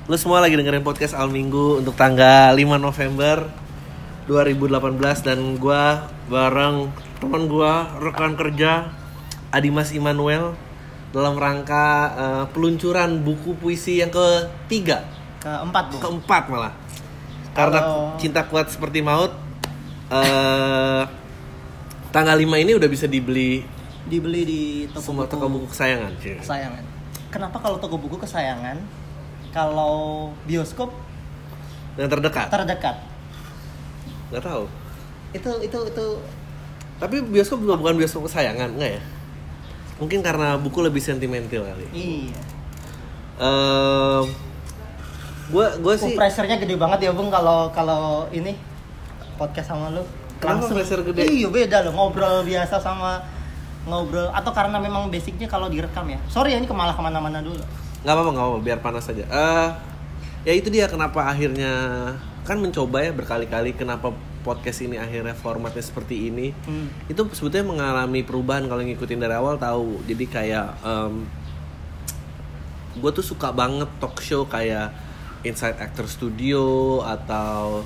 Lu semua lagi dengerin podcast Al Minggu untuk tanggal 5 November 2018. Dan gue bareng teman gue, rekan kerja Adimas Immanuel, dalam rangka peluncuran buku puisi yang keempat malah. Karena Cinta Kuat Seperti Maut, tanggal 5 ini udah bisa dibeli di semua toko buku kesayangan. Kenapa kalau toko buku kesayangan, kalau bioskop yang terdekat? Nggak tahu. Itu. Tapi bioskop juga bukan bioskop kesayangan, enggak ya? Mungkin karena buku lebih sentimental kali. Iya. Gue sih pressure-nya gede banget ya Bung kalau ini podcast sama lu. Kenapa pressure gede? Iya beda loh, ngobrol biasa sama ngobrol, atau karena memang basicnya kalau direkam ya. Sorry ya, ini malah kemana-mana dulu. Nggak apa-apa, biar panas aja. Ya itu dia kenapa akhirnya kan mencoba ya berkali-kali kenapa podcast ini akhirnya formatnya seperti ini. Itu sebetulnya mengalami perubahan kalau ngikutin dari awal tahu. Jadi kayak gue tuh suka banget talk show kayak Inside Actor Studio atau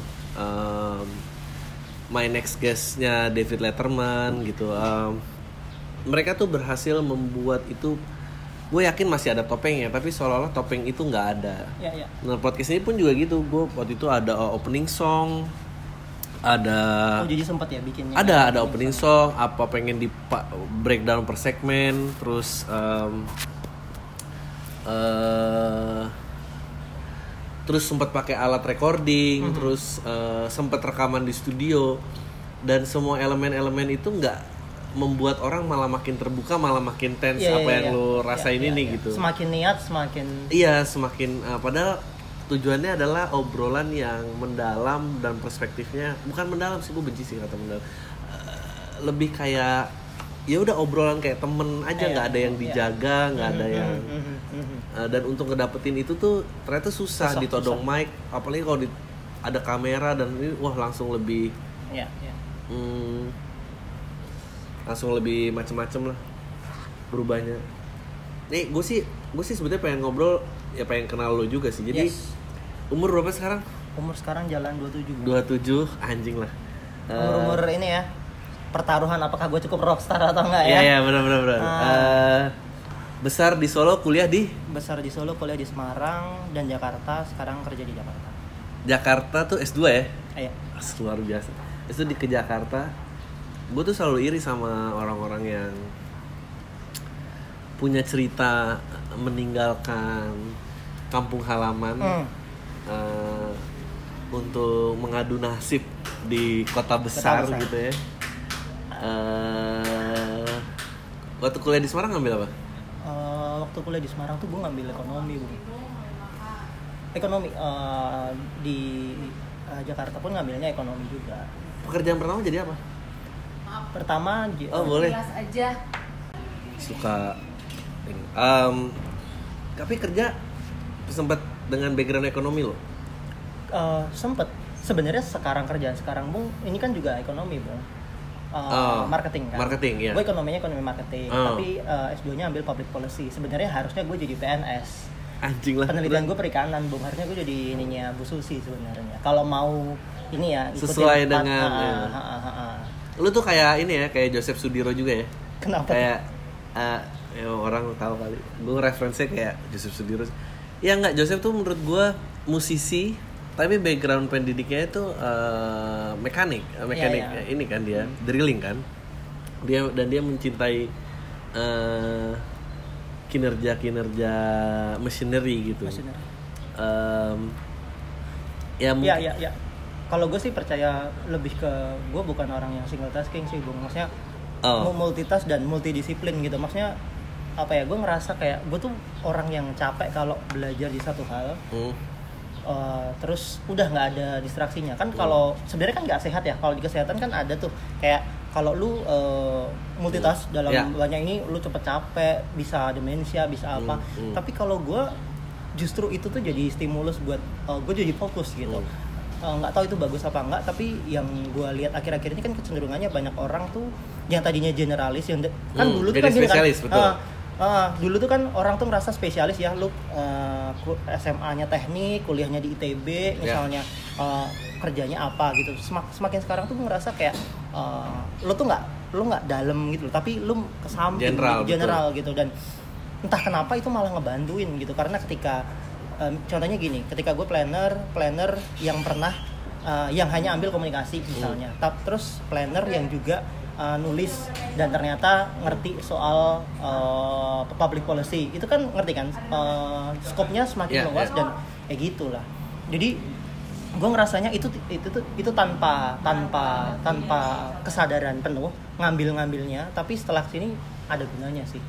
My Next Guest-nya David Letterman gitu. Mereka tuh berhasil membuat itu, gue yakin masih ada topengnya, tapi seolah-olah topeng itu nggak ada. Ya. Nah podcast ini pun juga gitu. Gue waktu itu ada opening song, ada. Jadi sempat ya bikinnya. Ada opening song, apa pengen di breakdown per segmen, terus terus sempat pakai alat recording, terus sempat rekaman di studio, dan semua elemen-elemen itu nggak membuat orang malah makin terbuka, malah makin tense yang lo rasain ini gitu. Semakin niat semakin padahal tujuannya adalah obrolan yang mendalam dan perspektifnya bukan mendalam sih, gue benci sih kata mendalam. Lebih kayak ya udah obrolan kayak temen aja, nggak ada yang dijaga, nggak ada yang dan untuk ngedapetin itu tuh ternyata susah ditodong mic, apalagi kalau ada kamera dan ini langsung lebih langsung lebih macem-macem lah berubahnya. Nih gue sih sebetulnya pengen ngobrol ya, pengen kenal lo juga sih. Jadi umur berapa sekarang? Umur sekarang jalan 27. 27, anjing lah. Umur ini ya, pertaruhan apakah gue cukup rockstar atau enggak ya? Iya benar. Besar di Solo, kuliah di Semarang dan Jakarta. Sekarang kerja di Jakarta. Jakarta tuh S2 ya? Iya. Luar biasa. Itu ke Jakarta. Gue tuh selalu iri sama orang-orang yang punya cerita meninggalkan kampung halaman untuk mengadu nasib di kota besar. Gitu ya. Waktu kuliah di Semarang ngambil apa? Waktu kuliah di Semarang tuh gue ngambil ekonomi, Bung. Di Jakarta pun ngambilnya ekonomi juga. Pekerjaan pertama jadi apa? Pertama boleh. Jelas aja. Suka tapi kerja sempat dengan background ekonomi lo? Sempet. Sebenarnya kerjaan sekarang Bung, ini kan juga ekonomi Bung. Marketing kan. Marketing ya. Gue ekonomi marketing, tapi S2-nya ambil public policy. Sebenarnya harusnya gue jadi PNS. Anjing lah. Penelitian gue perikanan, Bung. Harusnya gue jadi ininya Bu Susi sebenarnya. Kalau mau ini ya sesuai dengan lu tuh kayak ini ya, kayak Joseph Sudiro juga ya. Kenapa? Kayak orang tahu kali. Gue referensinya kayak Joseph Sudiro. Ya enggak, Joseph tuh menurut gue musisi, tapi background pendidiknya itu mekanik ini kan dia drilling kan. Dia mencintai kinerja machinery gitu. Ya. Kalau gue sih percaya lebih ke, gue bukan orang yang single tasking sih Bung. Maksudnya multitask dan multidisiplin gitu. Maksudnya apa ya, gue ngerasa kayak gue tuh orang yang capek kalau belajar di satu hal terus udah nggak ada distraksinya kan. Kalau sebenarnya kan nggak sehat ya. Kalau di kesehatan kan ada tuh kayak kalau lu multitask dalam banyak ini, lu cepet capek, bisa demensia, bisa apa. Tapi kalau gue justru itu tuh jadi stimulus buat gue jadi fokus gitu. Nggak tahu itu bagus apa enggak, tapi yang gue lihat akhir-akhir ini kan kecenderungannya banyak orang tuh yang tadinya generalis, yang kan dulu tuh kan spesialis, betul. Dulu tuh kan orang tuh ngerasa spesialis ya, lu SMA-nya teknik, kuliahnya di ITB misalnya, kerjanya apa gitu. Semakin sekarang tuh ngerasa kayak lu nggak dalam gitu, tapi lu ke samping general gitu. Dan entah kenapa itu malah ngebantuin gitu, karena ketika contohnya gini, ketika gue planner yang pernah yang hanya ambil komunikasi misalnya, terus planner yang juga nulis dan ternyata ngerti soal public policy, itu kan ngerti kan, skopnya semakin luas dan kayak gitulah. Jadi gue ngerasanya itu tanpa kesadaran penuh ngambilnya, tapi setelah sini ada gunanya sih.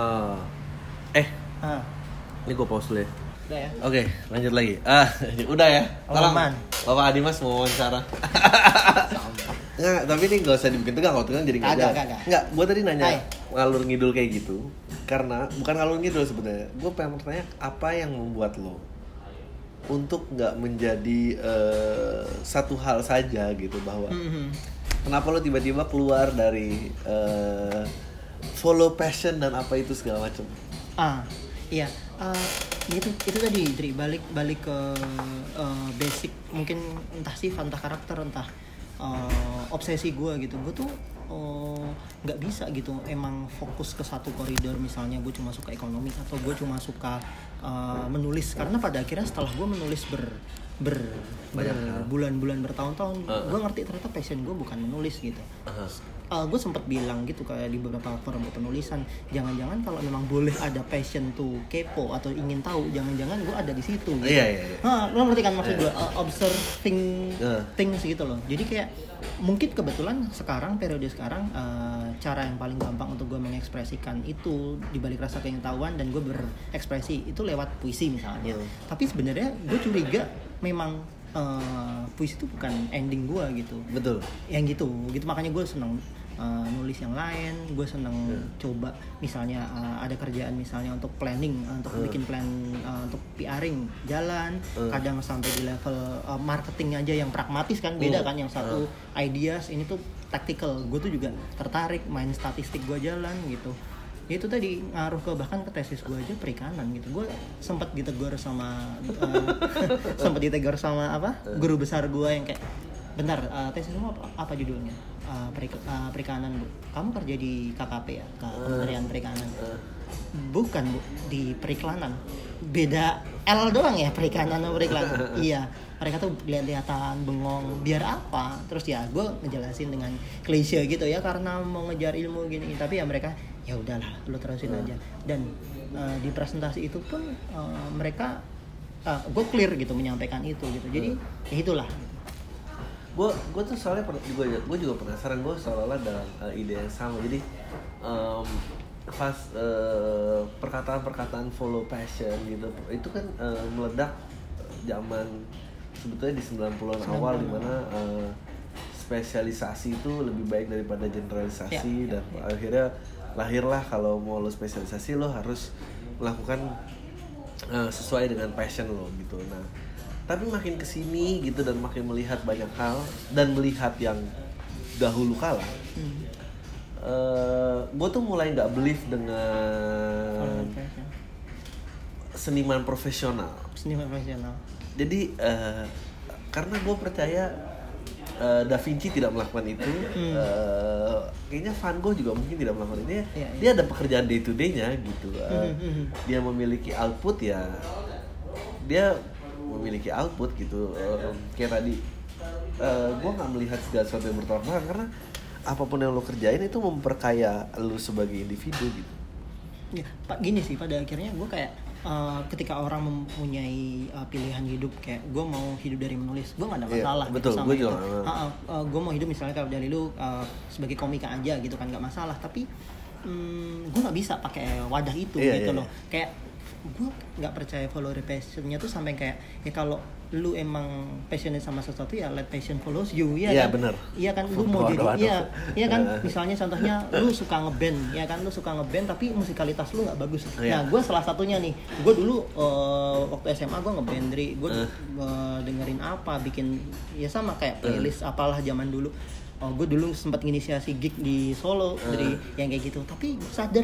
Ini gue pause dulu ya. Udah ya. Oke, lanjut lagi. Udah ya. Tolong Bapak Adimas mau wawancara. Nggak, tapi ini nggak usah dibikin tegang, kalau tegang jadi nggak jalan. Nggak, gue tadi nanya ngalur ngidul kayak gitu, karena bukan ngalur ngidul sebenarnya. Gue pengen bertanya, apa yang membuat lo untuk nggak menjadi satu hal saja gitu, bahwa kenapa lo tiba-tiba keluar dari follow passion dan apa itu segala macam? Iya. Itu tadi dari balik ke basic, mungkin entah sifat, entah karakter, entah obsesi gue gitu. Gue tuh nggak bisa gitu emang fokus ke satu koridor. Misalnya gue cuma suka ekonomi atau gue cuma suka menulis, karena pada akhirnya setelah gue menulis bulan-bulan bertahun-tahun, gue ngerti ternyata passion gue bukan menulis gitu. Gue sempat bilang gitu kayak di beberapa forum penulisan, jangan-jangan kalau memang boleh ada passion tuh kepo atau ingin tahu, jangan-jangan gue ada di situ gitu. Lo ngerti kan maksud gue, observing things gitu loh. Jadi kayak mungkin kebetulan periode sekarang cara yang paling gampang untuk gue mengekspresikan itu dibalik rasa keingintahuan dan gue berekspresi itu lewat puisi misalnya. Tapi sebenarnya gue curiga memang puisi itu bukan ending gue gitu. Betul. Yang gitu makanya gue seneng nulis yang lain. Gue seneng coba misalnya ada kerjaan misalnya untuk planning, untuk bikin plan untuk PRing jalan, kadang sampai di level marketing aja yang pragmatis kan, beda kan, yang satu ideas, ini tuh tactical. Gue tuh juga tertarik main statistik gue jalan gitu. Itu tadi ngaruh ke bahkan ke tesis gue aja perikanan gitu. Gue sempat ditegur sama guru besar gue yang kayak, bentar, tesismu apa judulnya? Perikanan, Bu. Kamu kerja di KKP ya, Kementerian Perikanan. Bukan, Bu, di periklanan. Beda L doang ya, perikanan sama periklanan. Iya, mereka tuh lihat-lihatan bengong, biar apa? Terus ya gue ngejelasin dengan klise gitu ya, karena mau ngejar ilmu gini. Tapi ya mereka, ya udahlah, lu terusin aja. Dan di presentasi itu pun mereka gue clear gitu menyampaikan itu gitu. Jadi ya itulah. Gue tuh soalnya gue juga penasaran, gue seolah-olah dalam ide yang sama. Jadi pas perkataan follow passion gitu, itu kan meledak zaman sebetulnya di 90-an awal, dimana spesialisasi itu lebih baik daripada generalisasi, dan akhirnya lahirlah kalau mau lo spesialisasi lo harus melakukan sesuai dengan passion lo gitu. Nah, tapi makin kesini gitu dan makin melihat banyak hal dan melihat yang dahulu kala, gue tuh mulai nggak believe dengan seniman profesional. Jadi karena gue percaya Da Vinci tidak melakukan itu, kayaknya Van Gogh juga mungkin tidak melakukan ini. Dia ada pekerjaan day to day-nya gitu. Dia memiliki output, ya dia memiliki output gitu. Kayak tadi gue nggak melihat segala sesuatu yang bertolak belakang, karena apapun yang lo kerjain itu memperkaya lo sebagai individu gitu. Ya, Pak, gini sih, pada akhirnya gue kayak ketika orang mempunyai pilihan hidup, kayak gue mau hidup dari menulis, gue nggak ada masalah. Betul, gitu sama gue itu. juga. Gue mau hidup misalnya kalau dari lu sebagai komika aja gitu kan, nggak masalah. Tapi gue nggak bisa pakai wadah itu gitu loh. Kayak gue nggak percaya follow passionnya tuh sampai kayak, ya kalau lu emang passionate sama sesuatu, ya let passion follows you, ya kan? Bener. Iya kan, lu mau jadi, iya kan. Misalnya contohnya lu suka ngeband, ya kan, lu suka ngeband tapi musikalitas lu nggak bagus. Nah, gue salah satunya nih. Gue dulu waktu SMA gue ngeband, gue dengerin apa, bikin ya sama kayak playlist apalah zaman dulu. Gue dulu sempat nginisiasi gig di Solo, dari yang kayak gitu. Tapi sadar nih,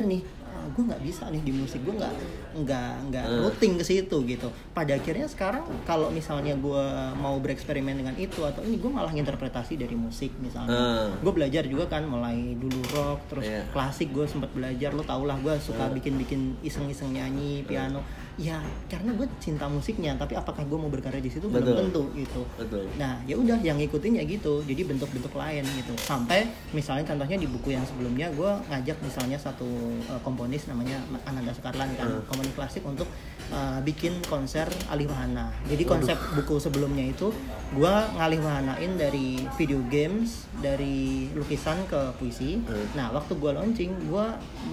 gue nggak bisa nih di musik, gue nggak rooting ke situ gitu. Pada akhirnya sekarang kalau misalnya gue mau bereksperimen dengan itu atau ini, gue malah interpretasi dari musik misalnya. Gue belajar juga kan, mulai dulu rock terus klasik, gue sempat belajar, lo tau lah gue suka bikin iseng-iseng nyanyi piano. Ya karena gue cinta musiknya, tapi apakah gue mau berkarya di situ belum tentu gitu. Nah ya udah, yang ngikutin ya gitu, jadi bentuk-bentuk lain gitu. Sampai misalnya contohnya di buku yang sebelumnya gue ngajak misalnya satu komponis namanya Ananda Soekarlan kan, komponis klasik untuk bikin konser alih wahana. Jadi konsep buku sebelumnya itu gue ngalih wahanain dari video games, dari lukisan ke puisi. Nah waktu gue launching, gue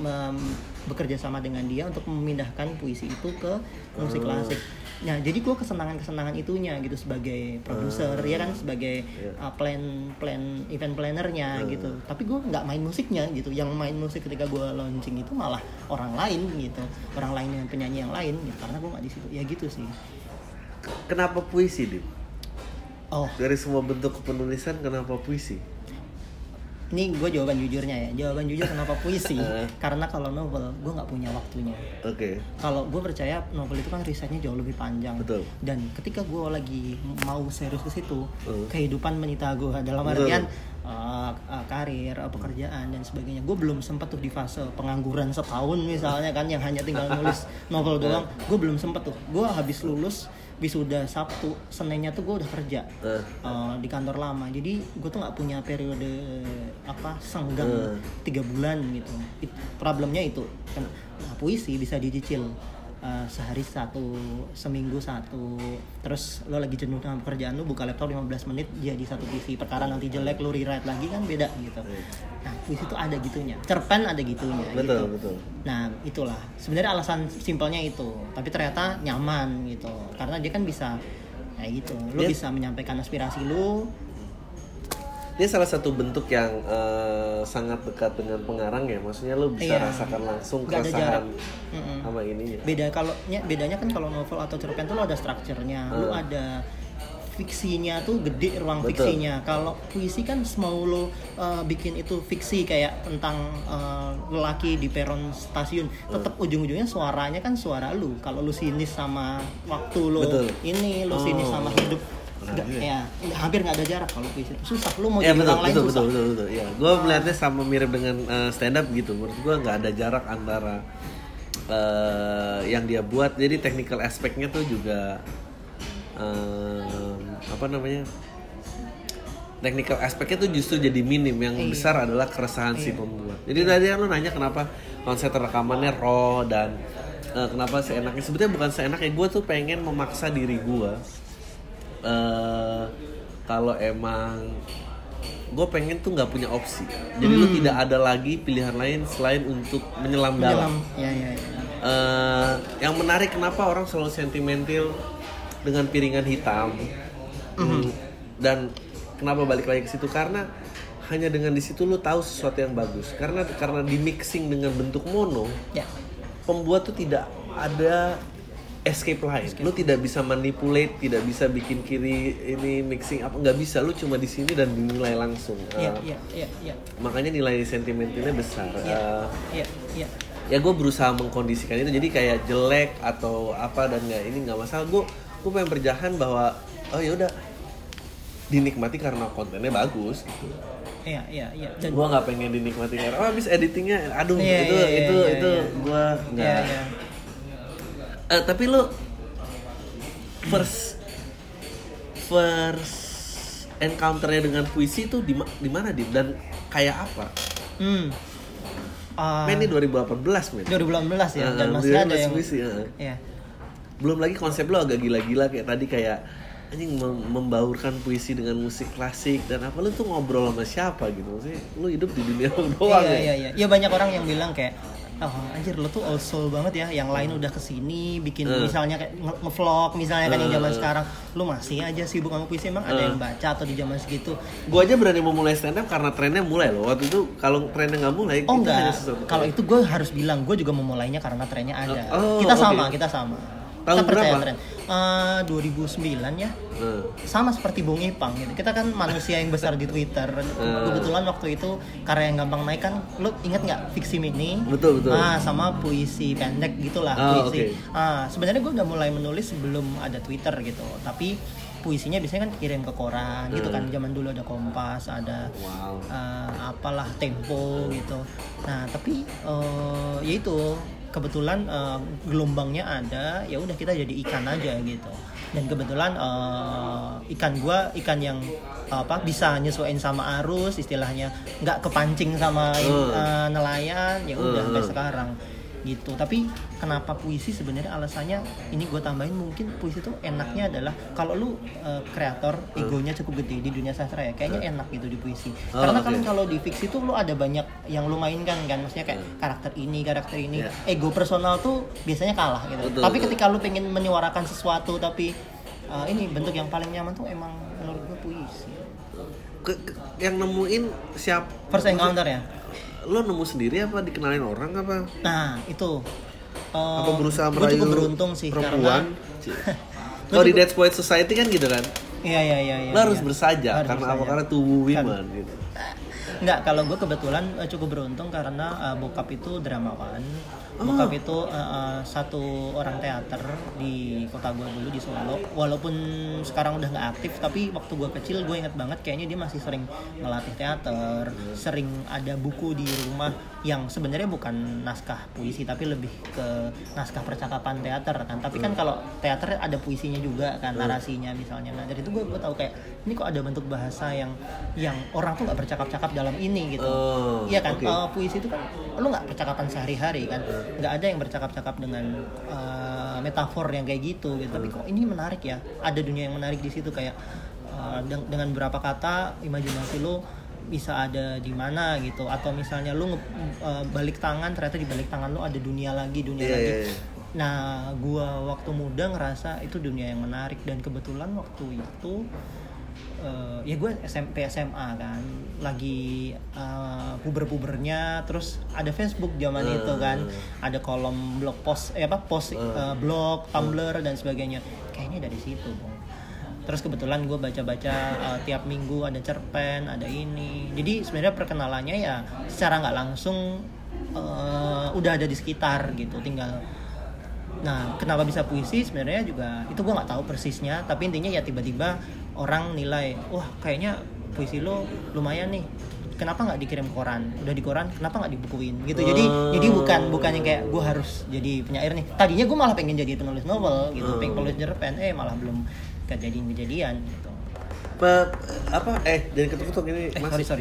bekerja sama dengan dia untuk memindahkan puisi itu ke musik klasik. Nah, jadi gue kesenangan itunya gitu sebagai produser, ya kan, sebagai plan event plannernya gitu. Tapi gue nggak main musiknya gitu. Yang main musik ketika gue launching itu malah orang lain gitu, orang lain dengan penyanyi yang lain gitu. Karena gue nggak di situ. Ya gitu sih. Kenapa puisi, Dim? Dari semua bentuk kepenulisan, kenapa puisi? Ini gue jawaban jujurnya ya. Jawaban jujur kenapa puisi? Karena kalau novel gue nggak punya waktunya. Kalau gue percaya novel itu kan risetnya jauh lebih panjang. Dan ketika gue lagi mau serius ke situ, kehidupan menyita gue dalam artian karir, pekerjaan dan sebagainya. Gue belum sempat tuh di fase pengangguran setahun misalnya kan, yang hanya tinggal nulis novel doang. Gue belum sempat tuh. Gue habis lulus wisuda Sabtu, Seninnya tuh gue udah kerja di kantor lama. Jadi gue tuh nggak punya periode senggang 3 bulan gitu. Problemnya itu. Nah, puisi bisa dicicil. Sehari 1, seminggu 1. Terus lo lagi jenuh dengan pekerjaan lo, buka laptop 15 menit jadi 1 puisi. Perkara nanti jelek lo rewrite lagi kan beda gitu. Nah puisi itu ada gitunya, cerpen ada gitunya. Betul. Nah itulah sebenarnya alasan simpelnya itu. Tapi ternyata nyaman gitu, karena dia kan bisa kayak gitu. Lo bisa menyampaikan aspirasi lo. Ini salah satu bentuk yang sangat dekat dengan pengarang ya, maksudnya lo bisa rasakan langsung keresahan sama ininya. Bedanya kan kalau novel atau cerpen tuh lo ada strukturnya, lo ada fiksinya tuh gede ruang fiksinya. Kalau puisi kan mau lo bikin itu fiksi kayak tentang lelaki di peron stasiun, tetap ujung-ujungnya suaranya kan suara lo. Kalau lo sinis sama waktu lo, lo sinis sama hidup. Hampir nggak ada jarak kalau puisi itu. Susah, lu mau jadi orang lain susah. Betul. Ya, gue melihatnya sama mirip dengan stand up gitu. Menurut gue nggak ada jarak antara yang dia buat. Jadi technical aspeknya tuh juga technical aspeknya tuh justru jadi minim. Yang besar adalah keresahan si pembuat. Jadi tadi lu nanya kenapa konsep rekamannya raw dan kenapa seenaknya. Sebetulnya bukan seenaknya, gue tuh pengen memaksa diri gue. Kalau emang gue pengen tuh nggak punya opsi, jadi lu tidak ada lagi pilihan lain selain untuk menyelam dalam. Yang menarik kenapa orang selalu sentimental dengan piringan hitam, dan kenapa balik lagi ke situ, karena hanya dengan di situ lu tahu sesuatu yang bagus. Karena di mixing dengan bentuk mono, pembuat tuh tidak ada escape lain. Lu tidak bisa manipulate, tidak bisa bikin kiri ini mixing apa, nggak bisa. Lu cuma di sini dan dinilai langsung. Makanya nilai sentimentalnya besar. Ya gue berusaha mengkondisikan itu jadi kayak jelek atau apa dan nggak masalah. Gue pengen berjahan bahwa ya udah dinikmati karena kontennya bagus gitu. Dan gue nggak pengen dinikmati karena habis editingnya aduh itu gue nggak. Tapi lo first encounter-nya dengan puisi itu di mana, Dim? Dan kayak apa? Men, ini 2018, men. 2018 ya, dan masih ada yang puisi, Belum lagi konsep lo agak gila-gila kayak tadi, kayak anjing membaurkan puisi dengan musik klasik dan apa, lu tuh ngobrol sama siapa gitu? Maksudnya lu hidup di dunia lu doang. Iya, banyak orang yang bilang kayak anjir lo tuh old soul banget ya, yang lain udah kesini bikin misalnya kayak nge-vlog misalnya kan yang zaman sekarang, lu masih aja sibuk sama puisi. Emang ada yang baca atau di zaman segitu? Gue aja berani memulai stand up karena trennya mulai loh. Waktu itu kalau trennya nggak mulai, enggak. Kalau itu gue harus bilang gue juga memulainya karena trennya ada. Kita sama. Tahun berapa? 2009 ya. Sama seperti Bung Ipang gitu. Kita kan manusia yang besar di Twitter. Kebetulan waktu itu karya yang gampang naik kan, lu inget nggak Fiksi Mini? Betul. Sama puisi pendek gitulah, puisi. Okay. Sebenarnya gue udah mulai menulis sebelum ada Twitter gitu. Tapi puisinya biasanya kan kirim ke koran gitu kan. Zaman dulu ada Kompas, ada apalah Tempo gitu. Nah, tapi ya itu kebetulan gelombangnya ada, ya udah kita jadi ikan aja gitu. Dan kebetulan ikan yang bisa nyesuaiin sama arus, istilahnya nggak kepancing sama nelayan, ya udah sampai sekarang gitu. Tapi kenapa puisi sebenarnya alasannya ini gue tambahin, mungkin puisi tuh enaknya adalah kalau lu kreator egonya cukup gede di dunia sastra ya, kayaknya enak gitu di puisi. Karena kan kalau di fiksi tuh lu ada banyak yang lu mainkan kan, maksudnya kayak karakter ini ego personal tuh biasanya kalah gitu. Tapi ketika lu pengen menyuarakan sesuatu, tapi ini bentuk yang paling nyaman tuh emang menurut gue puisi. Yang nemuin siapa? First encounter ya? Lo nemu sendiri apa dikenalin orang apa? Nah itu apa berusaha merayu gue cukup beruntung sih perempuan? Kalau di Dead Poets Society kan gitu kan? Iya. Lo harus bersaja karena apa? Karena to women gitu. Enggak, kalau gue kebetulan cukup beruntung karena bokap itu dramawan. Bokap itu satu orang teater di kota gue dulu di Solo. Walaupun sekarang udah nggak aktif, tapi waktu gue kecil gue inget banget kayaknya dia masih sering ngelatih teater, sering ada buku di rumah yang sebenarnya bukan naskah puisi tapi lebih ke naskah percakapan teater kan. Tapi kan kalau teater ada puisinya juga kan, narasinya misalnya. Nah dari itu gue tahu kayak ini kok ada bentuk bahasa yang orang tuh nggak bercakap-cakap dalam ini gitu. Iya kan, puisi itu kan lu nggak percakapan sehari-hari kan, nggak ada yang bercakap-cakap dengan metafor yang kayak gitu. Tapi kok ini menarik ya, ada dunia yang menarik di situ kayak dengan beberapa kata imajinasi lu bisa ada di mana gitu, atau misalnya lu balik tangan, ternyata di balik tangan lu ada dunia lagi. Nah gua waktu muda ngerasa itu dunia yang menarik, dan kebetulan waktu itu ya gue SMP SMA kan lagi puber-pubernya, terus ada Facebook zaman itu kan, ada kolom blog post blog, Tumblr dan sebagainya, kayaknya dari situ Bang. Terus kebetulan gue baca-baca tiap minggu ada cerpen, ada ini, jadi sebenarnya perkenalannya ya secara nggak langsung udah ada di sekitar gitu, tinggal. Nah, kenapa bisa puisi sebenarnya juga itu gue nggak tahu persisnya, tapi intinya ya tiba-tiba orang nilai, wah kayaknya puisi lo lumayan nih, kenapa nggak dikirim koran? Udah di koran, kenapa nggak dibukuin? Gitu. Jadi bukan yang kayak gue harus jadi penyair nih. Tadinya gue malah pengen jadi penulis novel gitu, pengen penulis cerpen, malah belum kejadian gitu. Jangan ketuk-ketuk ini. Sorry.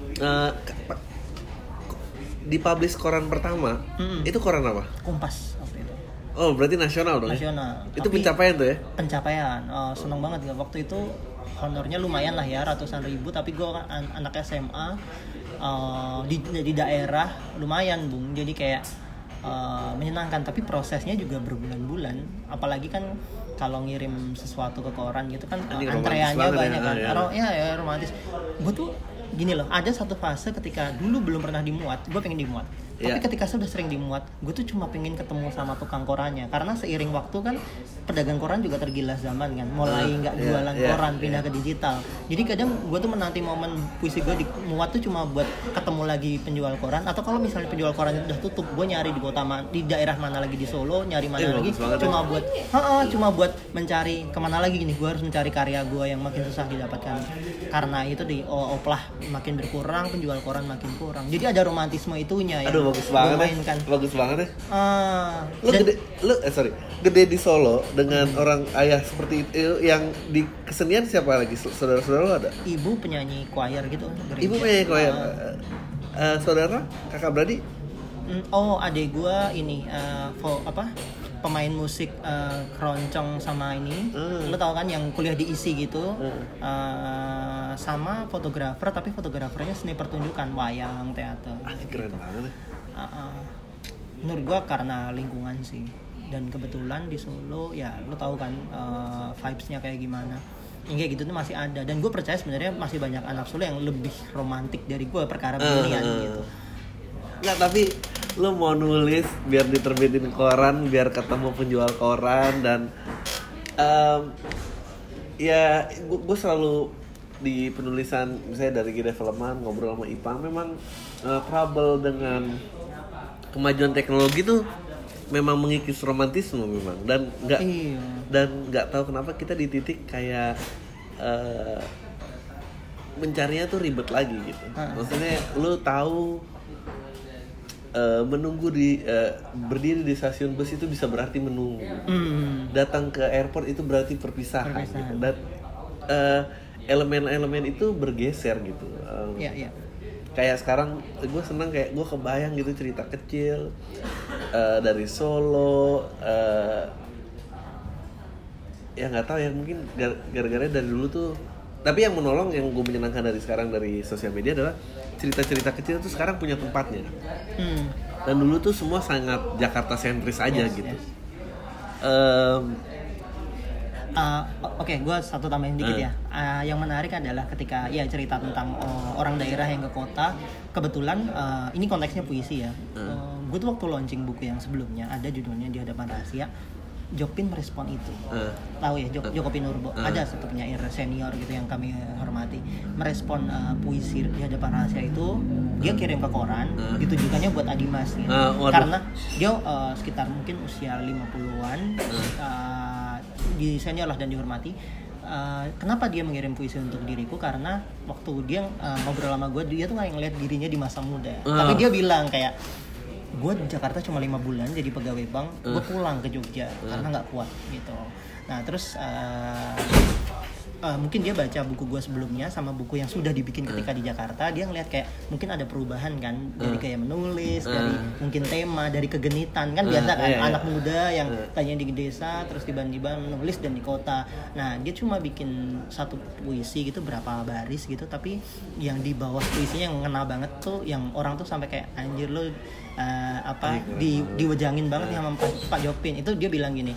Di publish koran pertama, itu koran apa? Kompas waktu itu. Oh, berarti nasional dong? Nasional. Itu pencapaian tuh ya? Pencapaian. Seneng banget ya. Waktu itu honornya lumayan lah ya, ratusan ribu. Tapi gue kan anak SMA di daerah lumayan Bung. Jadi kayak menyenangkan. Tapi prosesnya juga berbulan-bulan. Apalagi kan kalau ngirim sesuatu ke koran gitu kan antreannya banyak kan. Ya romantis. Gue tuh gini loh, ada satu fase ketika dulu belum pernah dimuat, gue pengen dimuat. Tapi ketika sudah sering dimuat, gue tuh cuma pengen ketemu sama tukang korannya. Karena seiring waktu kan pedagang koran juga tergilas zaman kan, mulai nggak jualan koran, pindah ke digital. Jadi kadang gue tuh menanti momen puisi gue dimuat tuh cuma buat ketemu lagi penjual koran. Atau kalau misalnya penjual koran itu udah tutup, gue nyari di daerah mana lagi di Solo, nyari mana lagi, cuma buat mencari kemana lagi gini. Gue harus mencari karya gue yang makin susah didapatkan. Karena itu di oplah makin berkurang, penjual koran makin kurang. Jadi ada romantisme itunya ya. Bagus banget ya. Gede di Solo dengan orang ayah seperti itu. Yang di kesenian siapa lagi? Saudara-saudara lo ada? Ibu penyanyi choir gitu. Ibu penyanyi choir. Saudara, kakak beradik? Adik gue ini pemain musik keroncong sama ini. Lo tau kan yang kuliah di ISI gitu. Sama fotografer, tapi fotografernya seni pertunjukan, wayang, teater. Keren banget. Menurut gue karena lingkungan sih, dan kebetulan di Solo ya lo tau kan vibes-nya kayak gimana, yang kayak gitu tuh masih ada. Dan gue percaya sebenarnya masih banyak anak Solo yang lebih romantik dari gue perkara beginian gitu. Nggak, tapi lu mau nulis biar diterbitin koran, biar ketemu penjual koran dan ya gue selalu di penulisan misalnya dari development ngobrol sama Ipang memang trouble dengan kemajuan teknologi tuh memang mengikis romantisme memang dan nggak tahu kenapa kita di titik kayak mencarinya tuh ribet lagi gitu. Maksudnya lu tahu menunggu berdiri di stasiun bus itu bisa berarti menunggu. Datang ke airport itu berarti perpisahan. Gitu. Dan elemen-elemen itu bergeser gitu. Kayak sekarang gue senang kayak gue kebayang gitu cerita kecil dari Solo. Ya nggak tahu ya mungkin gara-gara dari dulu tuh. Tapi yang menolong yang gue menyenangkan dari sekarang dari sosial media adalah cerita-cerita kecil tuh sekarang punya tempatnya. Dan dulu tuh semua sangat Jakarta sentris aja gitu. Oke, gue satu tambahin dikit ya. Yang menarik adalah ketika ya cerita tentang orang daerah yang ke kota. Kebetulan ini konteksnya puisi ya. Gue tuh waktu launching buku yang sebelumnya ada judulnya Di Hadapan Rahasia. Jokpin merespon itu, tahu ya Joko Pinurbo, ada satu penyair senior gitu yang kami hormati, merespon puisi Di Hadapan Rahasia itu, dia kirim ke koran, ditujukannya buat Adimas gitu. Karena dia sekitar mungkin usia 50-an, di senior lah dan dihormati. Kenapa dia mengirim puisi untuk diriku? Karena waktu dia ngobrol sama gue, dia tuh nggak ngeliat dirinya di masa muda, tapi dia bilang kayak gue di Jakarta cuma 5 bulan jadi pegawai bank, gue pulang ke Jogja karena nggak kuat gitu. Nah terus mungkin dia baca buku gue sebelumnya sama buku yang sudah dibikin ketika di Jakarta, dia ngeliat kayak mungkin ada perubahan kan dari kayak menulis, dari mungkin tema, dari kegenitan kan biasa kan anak muda yang tanya di desa terus tiba-tiba menulis dan di kota. Nah dia cuma bikin satu puisi gitu berapa baris gitu, tapi yang di bawah puisinya yang ngena banget tuh, yang orang tuh sampai kayak anjir lo diwejangin banget sama Pak Jokpin. Itu dia bilang gini,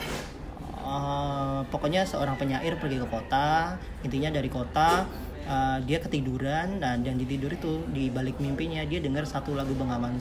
pokoknya seorang penyair pergi ke kota, intinya dari kota dia ketiduran dan di tidur itu di balik mimpinya dia dengar satu lagu Bengawan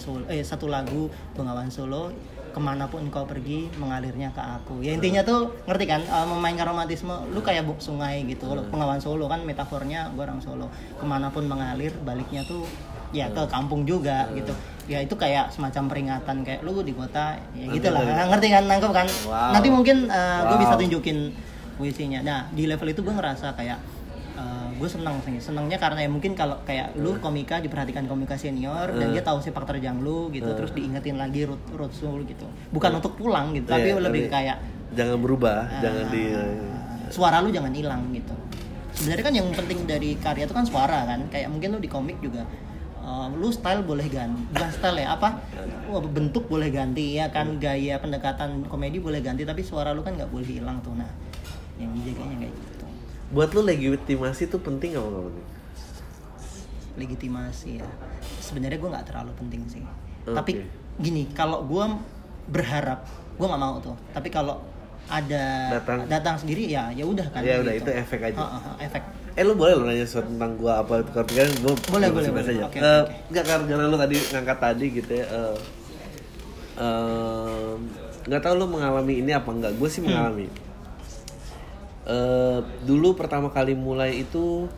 Solo, kemanapun kau pergi mengalirnya ke aku. Ya intinya tuh ngerti kan, memainkan romantisme. Lu kayak sungai gitu. Bengawan Solo kan metafornya gue orang Solo. Kemanapun mengalir baliknya tuh ya ke kampung juga gitu. Ya itu kayak semacam peringatan kayak lu di kota ya gitulah. Ngerti kan, nangkep kan? Nanti mungkin gue bisa tunjukin puisinya. Nah, di level itu gue ngerasa kayak gue senangnya karena ya mungkin kalau kayak lu komika diperhatikan komika senior dan dia tahu sepak terjang lu gitu, terus diingetin lagi roots lu gitu. Bukan untuk pulang gitu, tapi lebih kayak jangan berubah, jangan suara lu jangan hilang gitu. Sebenarnya kan yang penting dari karya itu kan suara kan. Kayak mungkin lu di komik juga lu style boleh ganti, bukan style ya bentuk boleh ganti ya kan, gaya pendekatan komedi boleh ganti, tapi suara lu kan nggak boleh hilang tuh. Nah yang dijaganya kayak gitu. Buat lu legitimasi tuh penting apa nggak penting? Legitimasi ya sebenarnya gue nggak terlalu penting sih. Tapi gini, kalau gue berharap, gue nggak mau tuh, tapi kalau ada datang sendiri ya udah kan ya udah gitu. Itu efek aja. Efek. Lu boleh nanya sesuatu tentang gua apa itu kan gua boleh aja. Okay. Enggak karena lu tadi ngangkat tadi gitu ya. Enggak tahu lu mengalami ini apa enggak. Gue sih mengalami. Dulu pertama kali mulai itu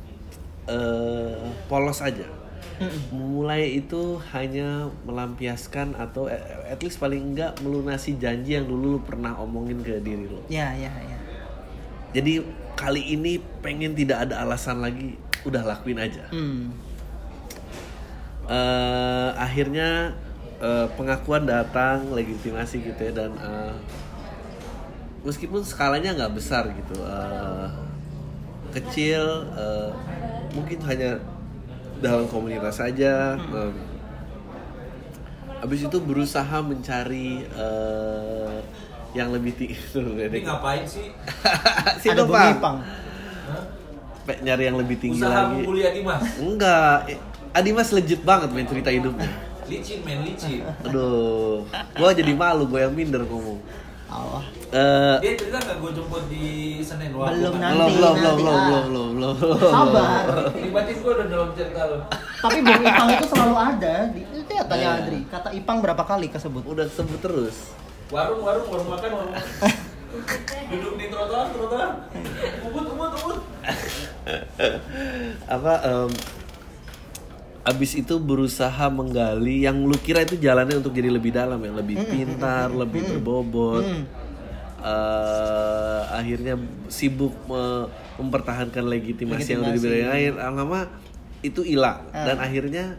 polos aja. Mulai itu hanya melampiaskan atau at least paling enggak melunasi janji yang dulu lu pernah omongin ke diri lo. Ya. Jadi kali ini pengen tidak ada alasan lagi, udah lakuin aja. Akhirnya pengakuan datang, legitimasi gitu ya, dan meskipun skalanya nggak besar gitu, kecil, mungkin hanya dalam komunitas saja. Habis itu berusaha mencari yang lebih tinggi. Ini ngapain sih? Ada Bang. Nyari yang lebih tinggi usaha lagi. Usaha membuli Adimas? Enggak. Adimas legit banget main cerita hidupnya. Licin. Aduh, gue jadi malu, gue yang minder ngomong. Dia cerita nggak gue jemput di Senin? Belum. Sabar. Libatin gue udah dalam cerita lo. Tapi Bung Ipang itu selalu ada. Itu ya tanya Adri. Kata Ipang berapa kali kesebut? Udah sebut terus. Warung makan. Duduk di trotoar. Ubud. Abis itu berusaha menggali yang lu kira itu jalannya untuk jadi lebih dalam, yang lebih pintar, lebih berbobot. Akhirnya sibuk mempertahankan legitimasi yang udah diberikan lain. Lama-lama itu hilang dan akhirnya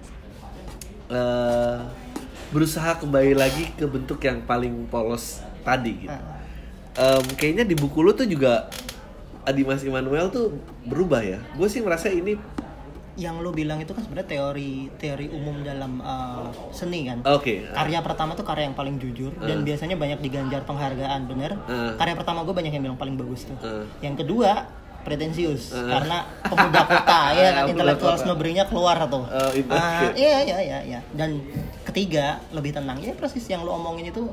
berusaha kembali lagi ke bentuk yang paling polos tadi gitu. Kayaknya di buku lu tuh juga Dimas Immanuel tuh berubah ya. Gue sih merasa ini yang lu bilang itu kan sebenarnya teori umum dalam seni kan. Oke. Karya pertama tuh karya yang paling jujur dan biasanya banyak diganjar penghargaan, bener. Karya pertama gue banyak yang bilang paling bagus tuh. Yang kedua pretensius karena pemuda kota ya kan, intelektual snobbery-nya keluar tuh. Iya. Dan ketiga lebih tenang. Ya persis yang lu omongin itu.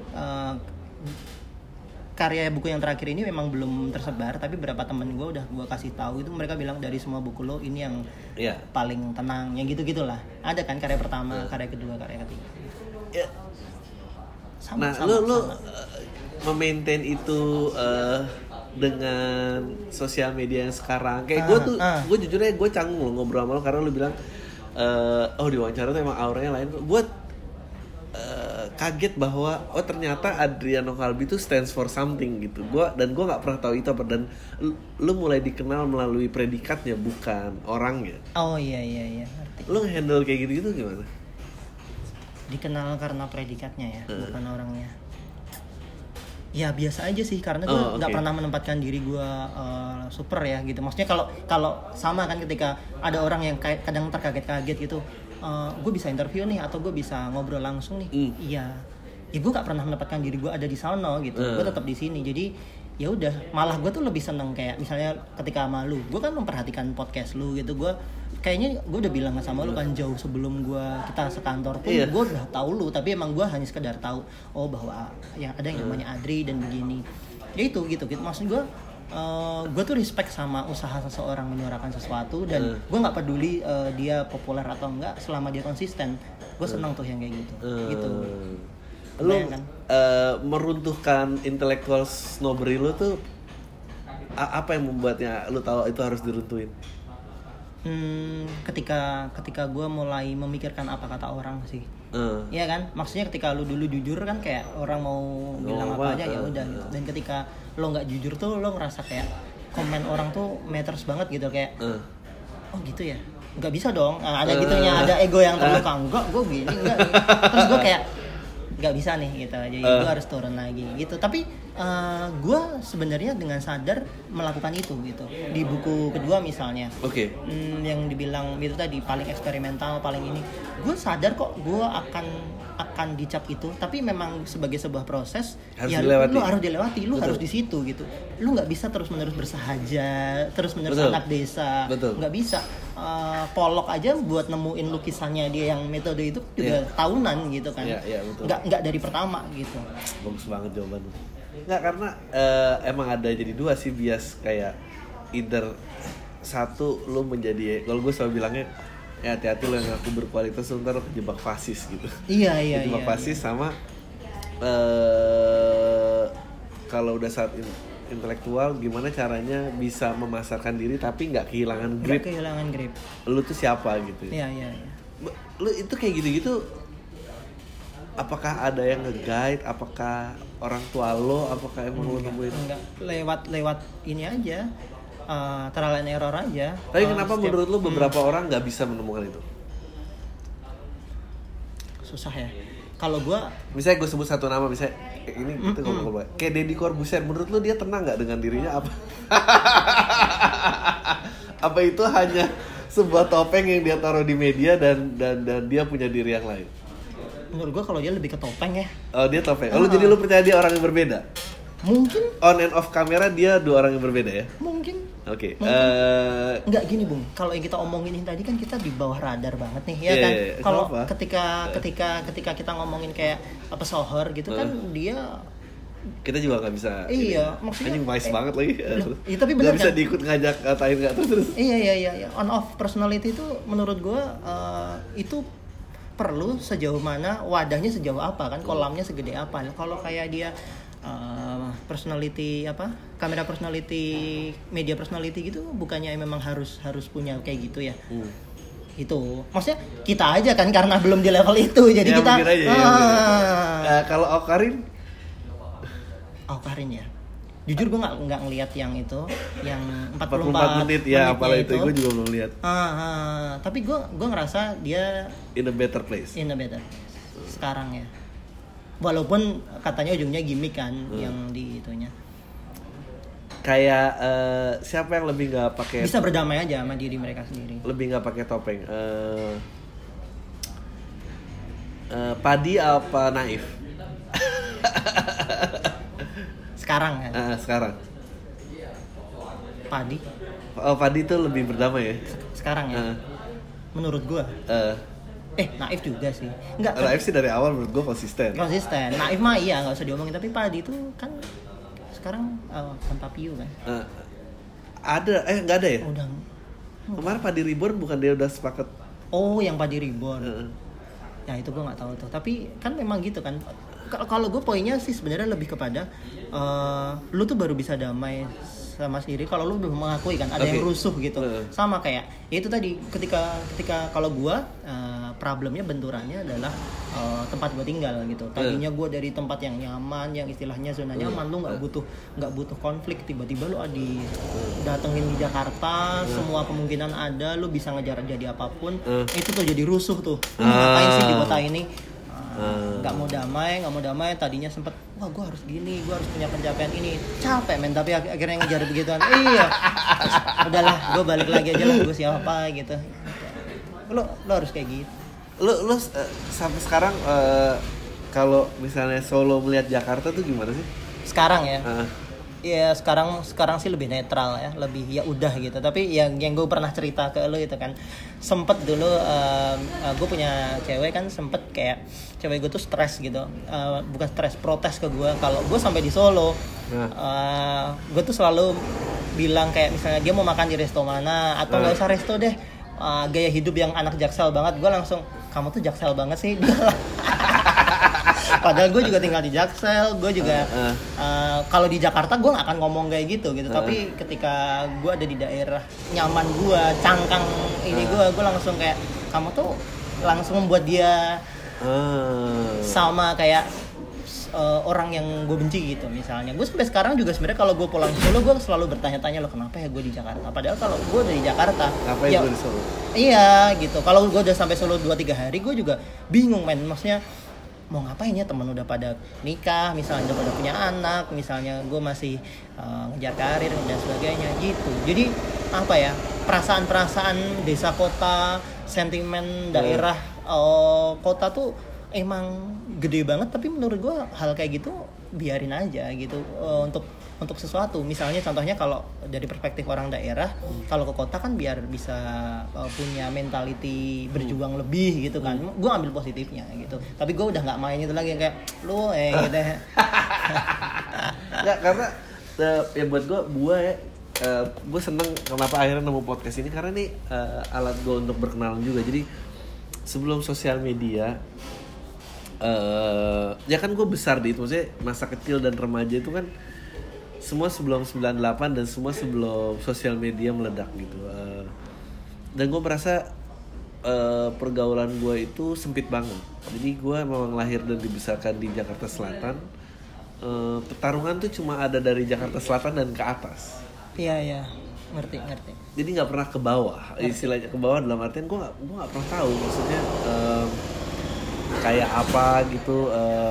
Karya buku yang terakhir ini memang belum tersebar, tapi beberapa temen gue udah gue kasih tahu itu, mereka bilang dari semua buku lo ini yang paling tenang, yang gitu-gitulah. Ada kan karya pertama, karya kedua, karya ketiga. Sama. Lu memaintain itu dengan sosial media yang sekarang. Kayak gue jujur aja gue canggung lo ngobrol sama lo karena lo bilang di wawancara tuh emang auranya lain. Gue kaget bahwa ternyata Adriano Calbi itu stands for something gitu. Gue nggak pernah tahu itu apa, dan lu mulai dikenal melalui predikatnya bukan orangnya. Oh iya ngerti. Lu handle kayak gitu gimana? Dikenal karena predikatnya ya, bukan orangnya. Ya biasa aja sih, karena gue nggak pernah menempatkan diri gue super ya gitu. Maksudnya kalau sama kan ketika ada orang yang kadang terkaget-kaget gitu. Gue bisa interview nih atau gue bisa ngobrol langsung nih. Iya. Ya gue gak pernah menempatkan diri gue ada di sana gitu. Gue tetap di sini. Jadi ya udah, malah gue tuh lebih seneng kayak misalnya ketika sama lu, gue kan memperhatikan podcast lu gitu. Gue kayaknya gue udah bilang sama lu kan jauh sebelum kita sekantor pun gue udah tahu lu, tapi emang gue hanya sekedar tahu bahwa ya ada yang namanya Adri dan begini. Ya itu gitu. Maksud gue tuh respect sama usaha seseorang menyuarakan sesuatu, dan gue nggak peduli dia populer atau enggak selama dia konsisten. Gue senang tuh yang kayak gitu. Gitu. Lu meruntuhkan intellectual snobbery lu tuh apa yang membuatnya lu tahu itu harus diruntuhin? Ketika gue mulai memikirkan apa kata orang sih. Iya kan, maksudnya ketika lu dulu jujur kan kayak orang mau bilang apa aja ya udah gitu. Dan ketika lo nggak jujur tuh lo ngerasa kayak komen orang tuh matters banget gitu, kayak oh gitu ya, nggak bisa dong. Ada gitunya, ada ego yang terluka, enggak gue gini enggak. Terus gue kayak nggak bisa nih gitu, jadi gue harus turun lagi gitu. Tapi gue sebenarnya dengan sadar melakukan itu gitu. Di buku kedua misalnya, yang dibilang itu tadi paling eksperimental, paling ini, gue sadar kok gue akan dicap itu, tapi memang sebagai sebuah proses harus lu harus dilewati, lu harus di situ gitu. Lu nggak bisa terus menerus bersahaja, terus menerus anak desa, nggak bisa. Pollock aja buat nemuin lukisannya dia yang metode itu juga tahunan gitu kan. Nggak dari pertama gitu. Bagus banget jawaban. Nggak, karena emang ada jadi dua sih bias, kayak either satu lu menjadi, kalau gue selalu bilangnya ya hati-hati lo yang ngaku berkualitas ntar kejebak fasis gitu. Iya. Kejebak fasis sama kalau udah saat intelektual gimana caranya bisa memasarkan diri tapi nggak kehilangan grip. Lu tuh siapa gitu. Iya. Lu itu kayak gitu-gitu, apakah ada yang nge-guide, apakah orang tua lo, apakah emang lo nemuin? Enggak, lewat ini aja, trial and error aja. Tapi kenapa menurut lo beberapa orang nggak bisa menemukan itu? Susah ya. Kalau gue, misalnya gue sebut satu nama, misalnya ini kita ngomong kayak Deddy Corbuzier, menurut lo dia tenang nggak dengan dirinya apa? Apa itu hanya sebuah topeng yang dia taruh di media dan dia punya diri yang lain? Menurut gue kalau dia lebih ke topeng ya. Oh, dia topeng. Oh, jadi lu percaya dia orang yang berbeda? Mungkin. On and off kamera dia dua orang yang berbeda ya? Mungkin. Oke. Enggak gini Bung, kalau yang kita omongin tadi kan kita di bawah radar banget nih, ya kan? Kalau ketika kita ngomongin kayak apa Sohor gitu kan, dia kita juga nggak bisa. Iya, maksudnya anjing wise banget lagi. Iya, tapi benar kan? Bisa diikut ngajak ngatain nggak terus. Iya. On off personality itu menurut gue itu perlu sejauh mana, wadahnya sejauh apa kan, kolamnya segede apa. Kalau kayak dia personality kamera personality, media personality gitu, bukannya memang harus punya kayak gitu ya. Itu maksudnya kita aja kan karena belum di level itu, jadi ya, kita kalau Awkarin ya jujur gue nggak ngelihat yang itu yang 44 menit ya, apalagi itu gue juga belum lihat. Tapi gue ngerasa dia in a better place sekarang ya, walaupun katanya ujungnya gimmick kan yang di itunya. Kayak siapa yang lebih nggak pakai, bisa berdamai aja sama diri mereka sendiri, lebih nggak pakai topeng, Padi apa Naif? Sekarang kan? Sekarang. Padi. Padi tuh lebih berdamai ya? Sekarang ya? Menurut gua. Naif juga sih. Enggak. Naif sih dari awal menurut gua konsisten. Naif mah iya, nggak usah diomongin. Tapi Padi tuh kan sekarang tanpa Piu kan? Ada, nggak ada ya? Udah. Kemarin Padi Reborn bukan dia udah sepakat? Oh, yang Padi Reborn. Ya itu gua nggak tahu tuh. Tapi kan memang gitu kan. Kalau gue poinnya sih sebenarnya lebih kepada lu tuh baru bisa damai sama sendiri kalau lu udah mengakui kan ada yang rusuh gitu. Sama kayak ya itu tadi ketika kalau gue problemnya benturannya adalah tempat gue tinggal gitu. Tadinya gue dari tempat yang nyaman, yang istilahnya zona nyaman, lu nggak butuh konflik, tiba-tiba lu datengin di Jakarta, semua kemungkinan ada, lu bisa ngejar jadi apapun, itu tuh jadi rusuh tuh. Ngapain sih di kota ini? Nggak mau damai. Tadinya sempet wah gue harus gini, gue harus punya pencapaian ini, capek men, tapi akhirnya ngejar begituan. Iya, udahlah gue balik lagi aja lah, gue siapa gitu. Lo harus kayak gitu. Lo sampai sekarang kalau misalnya Solo melihat Jakarta tuh gimana sih sekarang ya? Ya sekarang sih lebih netral ya, lebih ya udah gitu. Tapi yang gue pernah cerita ke lo itu kan, sempet dulu gue punya cewek kan, sempet kayak cewek gue tuh stres gitu, bukan stres, protes ke gue kalau gue sampai di Solo. Gue tuh selalu bilang kayak misalnya dia mau makan di resto mana atau nggak usah resto deh, gaya hidup yang anak Jaksel banget, gue langsung kamu tuh Jaksel banget sih. Padahal gue juga tinggal di Jaksel, gue juga kalau di Jakarta gue nggak akan ngomong kayak gitu. Tapi ketika gue ada di daerah nyaman gue, cangkang ini gue langsung kayak kamu tuh langsung membuat dia sama kayak orang yang gue benci gitu. Misalnya gue sampai sekarang juga sebenarnya kalau gue pulang Solo gue selalu bertanya-tanya, lo kenapa ya gue di Jakarta, padahal kalau gue udah di Jakarta ngapain gue di Solo? Iya gitu. Kalau gue udah sampai Solo 2-3 hari gue juga bingung men, maksudnya mau ngapain ya, temen udah pada nikah misalnya, udah pada punya anak misalnya, gue masih ngejar karir dan sebagainya gitu. Jadi apa ya, perasaan desa kota, sentimen daerah kota tuh emang gede banget. Tapi menurut gue hal kayak gitu biarin aja gitu, untuk sesuatu. Misalnya contohnya kalau dari perspektif orang daerah, kalau ke kota kan biar bisa punya mentality berjuang lebih gitu kan. Gue ambil positifnya gitu. Tapi gue udah nggak main itu lagi kayak lu gitu. Nggak, karena ya buat gue ya, gue seneng kenapa akhirnya nemu podcast ini, karena ini alat gue untuk berkenalan juga. Jadi sebelum sosial media, ya kan gue besar di itu, maksudnya masa kecil dan remaja itu kan semua sebelum 98 dan semua sebelum sosial media meledak gitu. Dan gue merasa pergaulan gue itu sempit banget. Jadi gue memang lahir dan dibesarkan di Jakarta Selatan. Pertarungan tuh cuma ada dari Jakarta Selatan dan ke atas. Iya, ngerti. Jadi nggak pernah ke bawah. Istilahnya ke bawah dalam artian gue nggak pernah tahu maksudnya kayak apa gitu.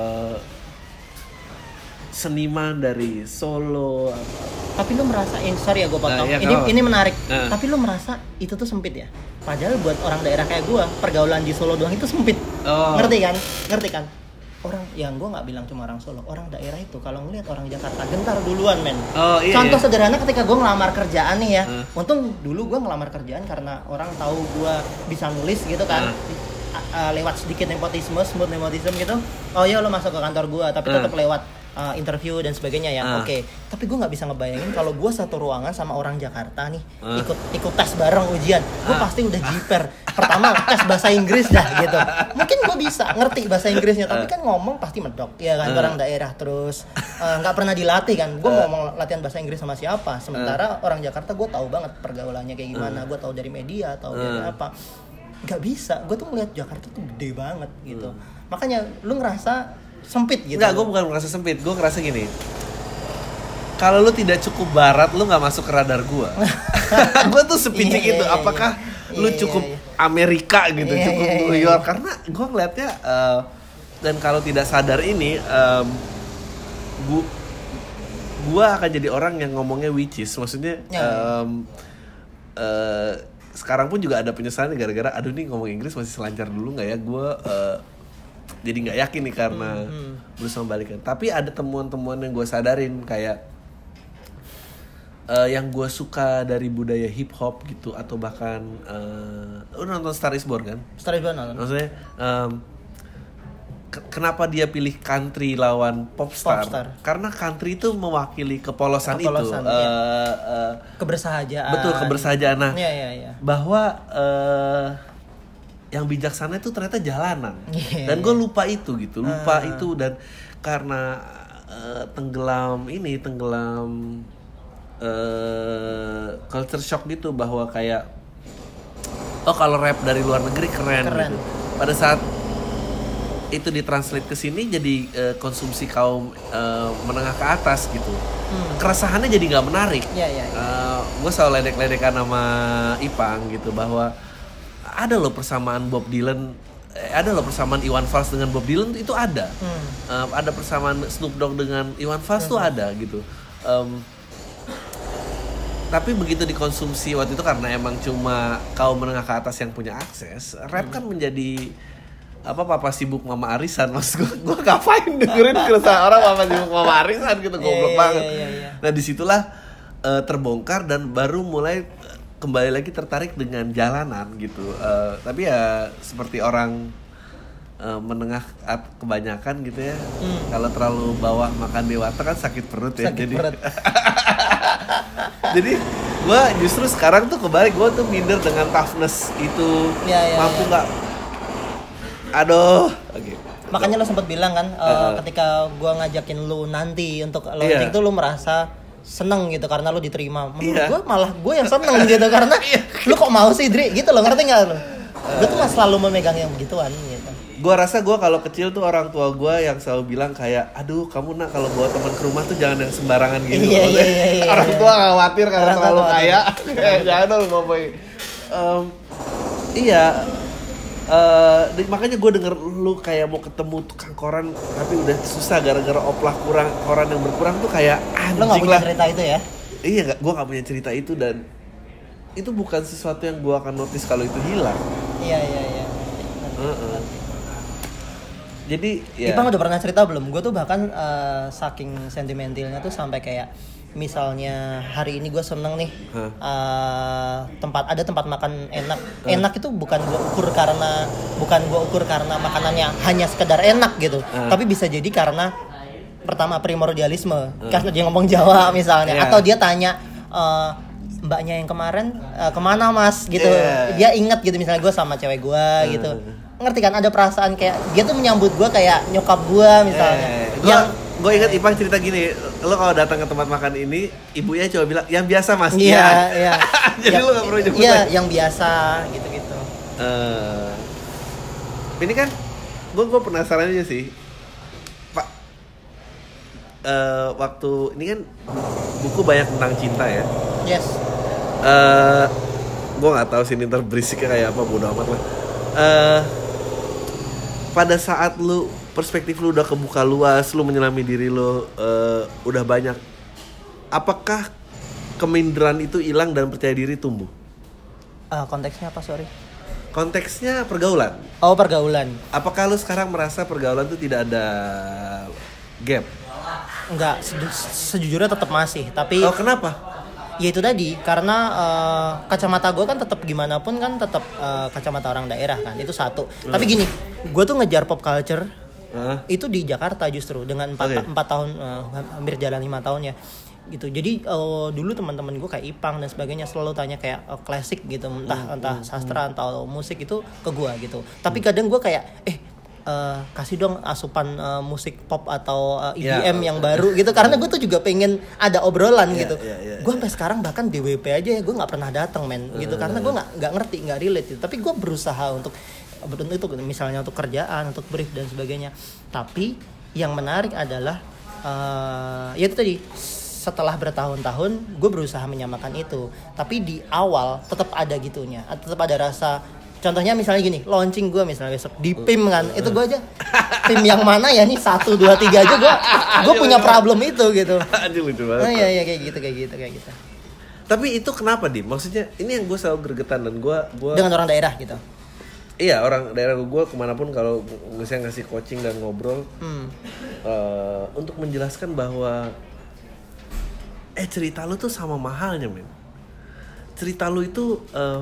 Seniman dari Solo. Tapi lu merasa, sorry ya gue potong. Ini menarik. Tapi lu merasa itu tuh sempit ya? Padahal buat orang daerah kayak gue, pergaulan di Solo doang itu sempit. Ngerti kan? Orang yang gue nggak bilang cuma orang Solo, orang daerah itu kalau ngelihat orang Jakarta gentar duluan men. Contoh sederhana ketika gue ngelamar kerjaan nih ya. Untung dulu gue ngelamar kerjaan karena orang tahu gue bisa nulis gitu kan. Lewat sedikit nepotisme, smooth nepotisme gitu. Oh iya lo masuk ke kantor gue, tapi tetap lewat interview dan sebagainya ya. Oke. Tapi gue nggak bisa ngebayangin kalau gue satu ruangan sama orang Jakarta nih ikut tes bareng ujian, gue pasti udah jiper. Pertama tes bahasa Inggris dah gitu. Mungkin gue bisa ngerti bahasa Inggrisnya, tapi kan ngomong pasti medok ya kan, orang daerah terus nggak pernah dilatih kan. Gue ngomong latihan bahasa Inggris sama siapa? Sementara orang Jakarta gue tahu banget pergaulannya kayak gimana, gue tahu dari media, tahu dari apa. Gak bisa, gue tuh ngeliat Jakarta tuh gede banget gitu. Makanya lu ngerasa sempit gitu. Enggak, gue bukan ngerasa sempit, gue ngerasa gini. Kalau lu tidak cukup barat, lu gak masuk ke radar gue. Gue tuh sepicik itu. Apakah lu cukup Amerika gitu, cukup New York? Karena gue ngeliatnya, dan kalau tidak sadar ini, gue akan jadi orang yang ngomongnya which is. Maksudnya, sekarang pun juga ada penyesalan gara-gara aduh nih ngomong Inggris masih selancar dulu nggak ya, gue jadi nggak yakin nih karena berusaha membalikan. Tapi ada temuan-temuan yang gue sadarin kayak yang gue suka dari budaya hip hop gitu, atau bahkan lu nonton Star Is Born kan? Star Is Born nonton. Maksudnya kenapa dia pilih country lawan popstar? Karena country itu mewakili kepolosan itu, kebersahajaan. Betul, kebersahajaan. Nah, iya. bahwa yang bijaksana itu ternyata jalanan. Dan gue lupa itu gitu, itu, dan karena tenggelam culture shock gitu, bahwa kayak kalau rap dari luar negeri keren. Gitu. Pada saat itu ditranslate ke sini jadi konsumsi kaum menengah ke atas gitu. Keresahannya jadi nggak menarik. Gue selalu ledek-ledekan sama Ipang gitu, bahwa ada loh persamaan Bob Dylan, ada loh persamaan Iwan Fals dengan Bob Dylan itu ada. Ada persamaan Snoop Dogg dengan Iwan Fals tuh ada gitu. Tapi begitu dikonsumsi waktu itu karena emang cuma kaum menengah ke atas yang punya akses, rap kan menjadi papa sibuk mama arisan. Maksud gue ngapain dengerin keresahan orang papa sibuk mama arisan gitu, goblok banget. Nah disitulah terbongkar dan baru mulai kembali lagi tertarik dengan jalanan gitu. Tapi ya seperti orang menengah kebanyakan gitu ya, kalau terlalu bawah makan dewata kan sakit perut ya. Jadi gue justru sekarang tuh kebalik, gue tuh minder dengan toughness itu. Mampu nggak? Aduh, okay. Makanya lo sempat bilang kan ketika gue ngajakin lo nanti untuk launching tuh lo merasa seneng gitu karena lo diterima. Menurut gue malah gue yang seneng gitu karena lo kok mau sih Dri gitu lo, ngerti nggak lo? Gue tuh selalu memegang yang begituan gitu. Gue rasa gue kalau kecil tuh orang tua gue yang selalu bilang kayak, aduh kamu nak kalau bawa teman ke rumah tuh jangan yang sembarangan gitu. Iya. Orang tua khawatir karena terlalu kaya. Jangan lu mau makanya gue denger lu kayak mau ketemu tukang koran tapi udah susah gara-gara oplah kurang, koran yang berkurang tuh kayak anjing lah. Lo gak punya cerita itu ya? Iya, gue gak punya cerita itu, dan itu bukan sesuatu yang gue akan notice kalau itu hilang. Iya. Jadi ya. Ipang udah pernah cerita belum? Gue tuh bahkan saking sentimentalnya tuh sampai kayak misalnya hari ini gue seneng nih ada tempat makan enak itu bukan gue ukur karena makanannya hanya sekedar enak gitu, tapi bisa jadi karena pertama primordialisme, karena dia ngomong Jawa misalnya, atau dia tanya mbaknya yang kemarin kemana mas gitu, dia inget gitu misalnya gue sama cewek gue gitu, ngerti kan, ada perasaan kayak dia tuh menyambut gue kayak nyokap gue misalnya. Gue inget Ipang cerita gini, lo kalau datang ke tempat makan ini, ibunya coba bilang yang biasa mas. Iya. Jadi lo gak perlu jemput. Iya, yang biasa gitu. Ini kan, gue penasaran aja sih, Pak. Waktu ini kan buku banyak tentang cinta ya. Yes. Gue nggak tahu sini ntar berisiknya kayak apa, bodo amat lah. Pada saat lu perspektif lu udah kebuka luas, lu menyelami diri lu udah banyak, apakah keminderan itu hilang dan percaya diri tumbuh? Konteksnya apa, sorry? Konteksnya pergaulan. Oh, pergaulan. Apakah lu sekarang merasa pergaulan itu tidak ada gap? Enggak, sejujurnya tetap masih, tapi kenapa? Ya itu tadi, karena kacamata gue kan tetap gimana pun kan tetap kacamata orang daerah kan, itu satu. Tapi gini, gue tuh ngejar pop culture itu di Jakarta justru dengan 4 tahun hampir jalan 5 tahun ya gitu. Jadi dulu teman-teman gue kayak Ipang dan sebagainya selalu tanya kayak klasik gitu, entah sastra atau musik itu ke gue gitu. Tapi kadang gue kayak kasih dong asupan musik pop atau EDM yang baru gitu, karena gue tuh juga pengen ada obrolan gitu. Gue sampai sekarang bahkan DWP aja ya gue nggak pernah datang gitu, karena gue nggak ngerti, nggak relate gitu. Tapi gue berusaha untuk itu misalnya untuk kerjaan, untuk brief dan sebagainya. Tapi yang menarik adalah ya itu tadi, setelah bertahun-tahun gue berusaha menyamakan itu, tapi di awal tetap ada gitunya, tetap ada rasa. Contohnya misalnya gini, launching gue misalnya besok di PIM kan, itu gue aja PIM yang mana ya nih 1, 2, 3 aja gue punya problem itu gitu. Aduh lucu banget. Iya kayak gitu. Tapi itu kenapa Maksudnya ini yang gue selalu gregetan dan gue dengan orang daerah gitu. Iya, orang daerah gue kemanapun kalau misalnya ngasih coaching dan ngobrol untuk menjelaskan bahwa cerita lu tuh sama mahalnya men. Cerita lu itu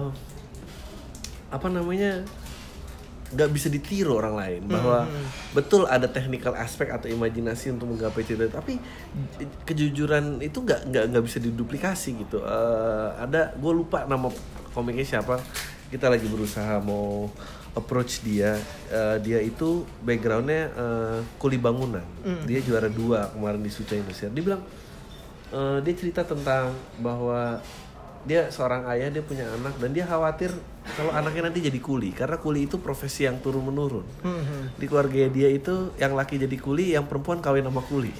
nggak bisa ditiru orang lain, bahwa betul ada technical aspek atau imajinasi untuk menggapai cerita, tapi kejujuran itu nggak bisa diduplikasi gitu. Ada, gue lupa nama komiknya siapa, kita lagi berusaha mau approach dia itu backgroundnya kuli bangunan, dia juara 2 kemarin di Suca Indonesia. Dia bilang dia cerita tentang bahwa dia seorang ayah, dia punya anak dan dia khawatir kalau anaknya nanti jadi kuli, karena kuli itu profesi yang turun menurun. Di keluarga dia itu yang laki jadi kuli, yang perempuan kawin sama kuli.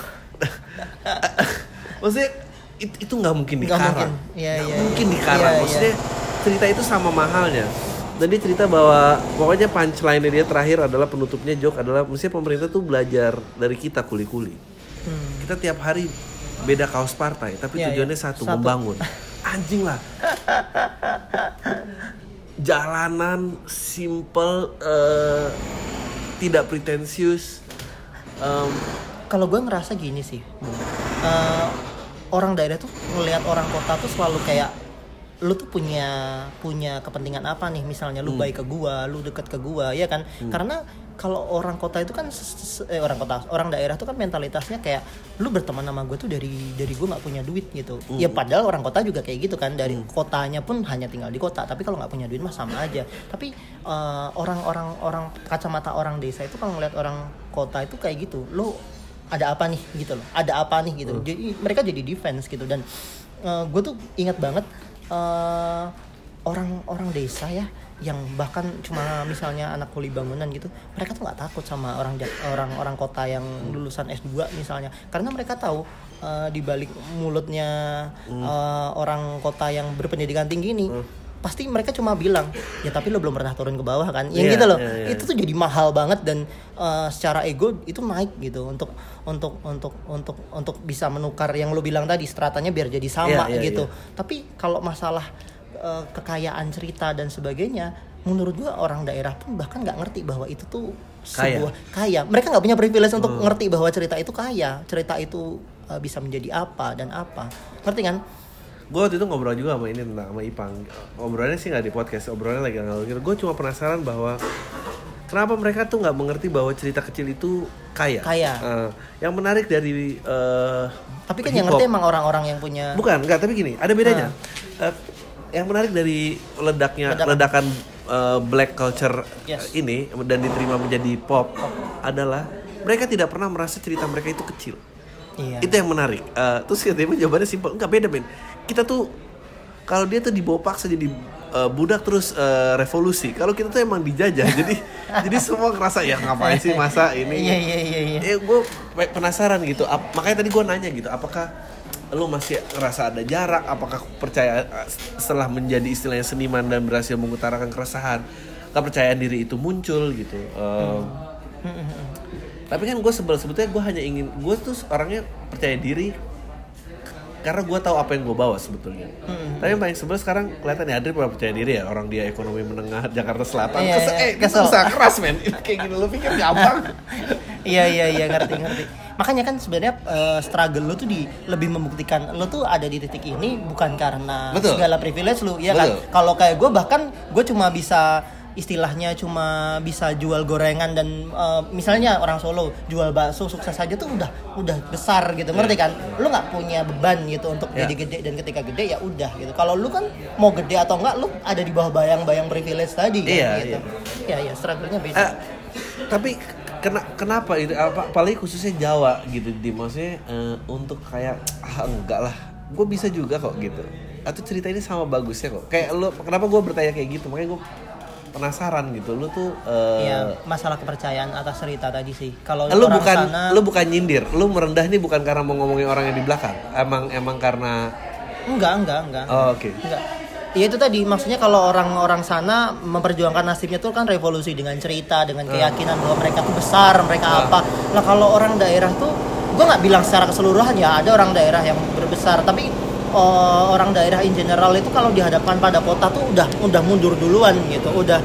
Maksudnya itu nggak mungkin dikarang, mungkin dikarang. Maksudnya cerita itu sama mahalnya. Dan dia cerita bahwa pokoknya punchline dia terakhir adalah, penutupnya joke adalah, mestinya pemerintah tuh belajar dari kita kuli-kuli. Kita tiap hari beda kaos partai, tapi tujuannya satu, membangun. Anjing lah. Jalanan simple, tidak pretensius. Kalau gue ngerasa gini sih, orang daerah tuh ngelihat orang kota tuh selalu kayak, lu tuh punya kepentingan apa nih, misalnya lu baik ke gua, lu deket ke gua, ya kan? Karena kalau orang kota itu kan orang daerah tuh kan mentalitasnya kayak, lu berteman sama gue tuh dari gue nggak punya duit gitu. Ya padahal orang kota juga kayak gitu kan, dari kotanya pun hanya tinggal di kota, tapi kalau nggak punya duit mah sama aja. Tapi orang kacamata orang desa itu kalau ngeliat orang kota itu kayak gitu, lu ada apa nih gitu loh, ada apa nih gitu. Jadi mereka jadi defense gitu. Dan gue tuh ingat banget orang desa ya, yang bahkan cuma misalnya anak kuli bangunan gitu, mereka tuh nggak takut sama orang kota yang lulusan S2 misalnya, karena mereka tahu di balik mulutnya orang kota yang berpendidikan tinggi ini pasti mereka cuma bilang, ya tapi lo belum pernah turun ke bawah kan, yang gitu loh. Itu tuh jadi mahal banget, dan secara ego itu naik gitu untuk bisa menukar yang lo bilang tadi, stratanya biar jadi sama gitu. Tapi kalau masalah kekayaan cerita dan sebagainya, menurut gua orang daerah pun bahkan nggak ngerti bahwa itu tuh sebuah kaya. Mereka nggak punya privilege untuk ngerti bahwa cerita itu kaya, cerita itu bisa menjadi apa dan apa, ngerti kan? Gue waktu itu ngobrol juga sama Ipang. Obrolannya sih nggak di podcast, obrolannya lagi ngalur. Gue cuma penasaran bahwa kenapa mereka tuh nggak mengerti bahwa cerita kecil itu kaya. Yang menarik dari tapi kan yang ngerti emang orang-orang yang punya. Bukan, nggak. Tapi gini, ada bedanya. Yang menarik dari ledakan black culture ini dan diterima menjadi pop adalah mereka tidak pernah merasa cerita mereka itu kecil. Itu yang menarik. Terus katanya jawabannya simpel, enggak, beda men. Kita tuh kalau dia tuh dibawa paksa jadi budak terus revolusi. Kalau kita tuh emang dijajah. jadi semua ngerasa ya ngapain sih masa ini. Iya. Gue penasaran gitu. Makanya tadi gue nanya gitu, apakah lu masih ngerasa ada jarak? Apakah percaya setelah menjadi istilahnya seniman dan berhasil mengutarakan keresahan, kepercayaan diri itu muncul gitu? Tapi kan gue sebetulnya gue hanya ingin, gue tuh orangnya percaya diri karena gue tahu apa yang gue bawa sebetulnya. Tapi yang paling sebel sekarang kelihatan ya, Adri percaya diri ya, orang dia ekonomi menengah Jakarta Selatan. Kesel. Usaha keras men, kayak gini lu pikir gampang? Iya ngerti. Makanya kan sebenarnya struggle lu tuh lebih membuktikan lu tuh ada di titik ini bukan karena segala privilege lu, ya kan? Kalau kayak gue bahkan gue cuma bisa istilahnya cuma bisa jual gorengan dan misalnya orang Solo jual bakso sukses aja tuh udah besar gitu, ngerti kan? Lu nggak punya beban gitu untuk jadi gede, dan ketika gede ya udah gitu. Kalau lu kan mau gede atau enggak, lu ada di bawah bayang-bayang privilege tadi kan, gitu. Iya, struggle-nya beda. Tapi kenapa itu apalagi khususnya Jawa gitu, maksudnya untuk kayak enggak lah, gue bisa juga kok gitu, atau cerita ini sama bagusnya kok kayak lu, kenapa gue bertanya kayak gitu, makanya gue penasaran gitu. Lu tuh iya, masalah kepercayaan atas cerita tadi sih. Kalau lu bukan bukan nyindir, lu merendah nih bukan karena mau ngomongin orang yang di belakang, emang karena enggak. Oh, oke. Enggak. Ya itu tadi, maksudnya kalau orang-orang sana memperjuangkan nasibnya tuh kan revolusi dengan cerita, dengan keyakinan bahwa mereka tuh besar, mereka apa. Nah kalau orang daerah tuh, gue nggak bilang secara keseluruhan ya, ada orang daerah yang berbesar, tapi orang daerah in general itu kalau dihadapkan pada kota tuh udah mundur duluan gitu, udah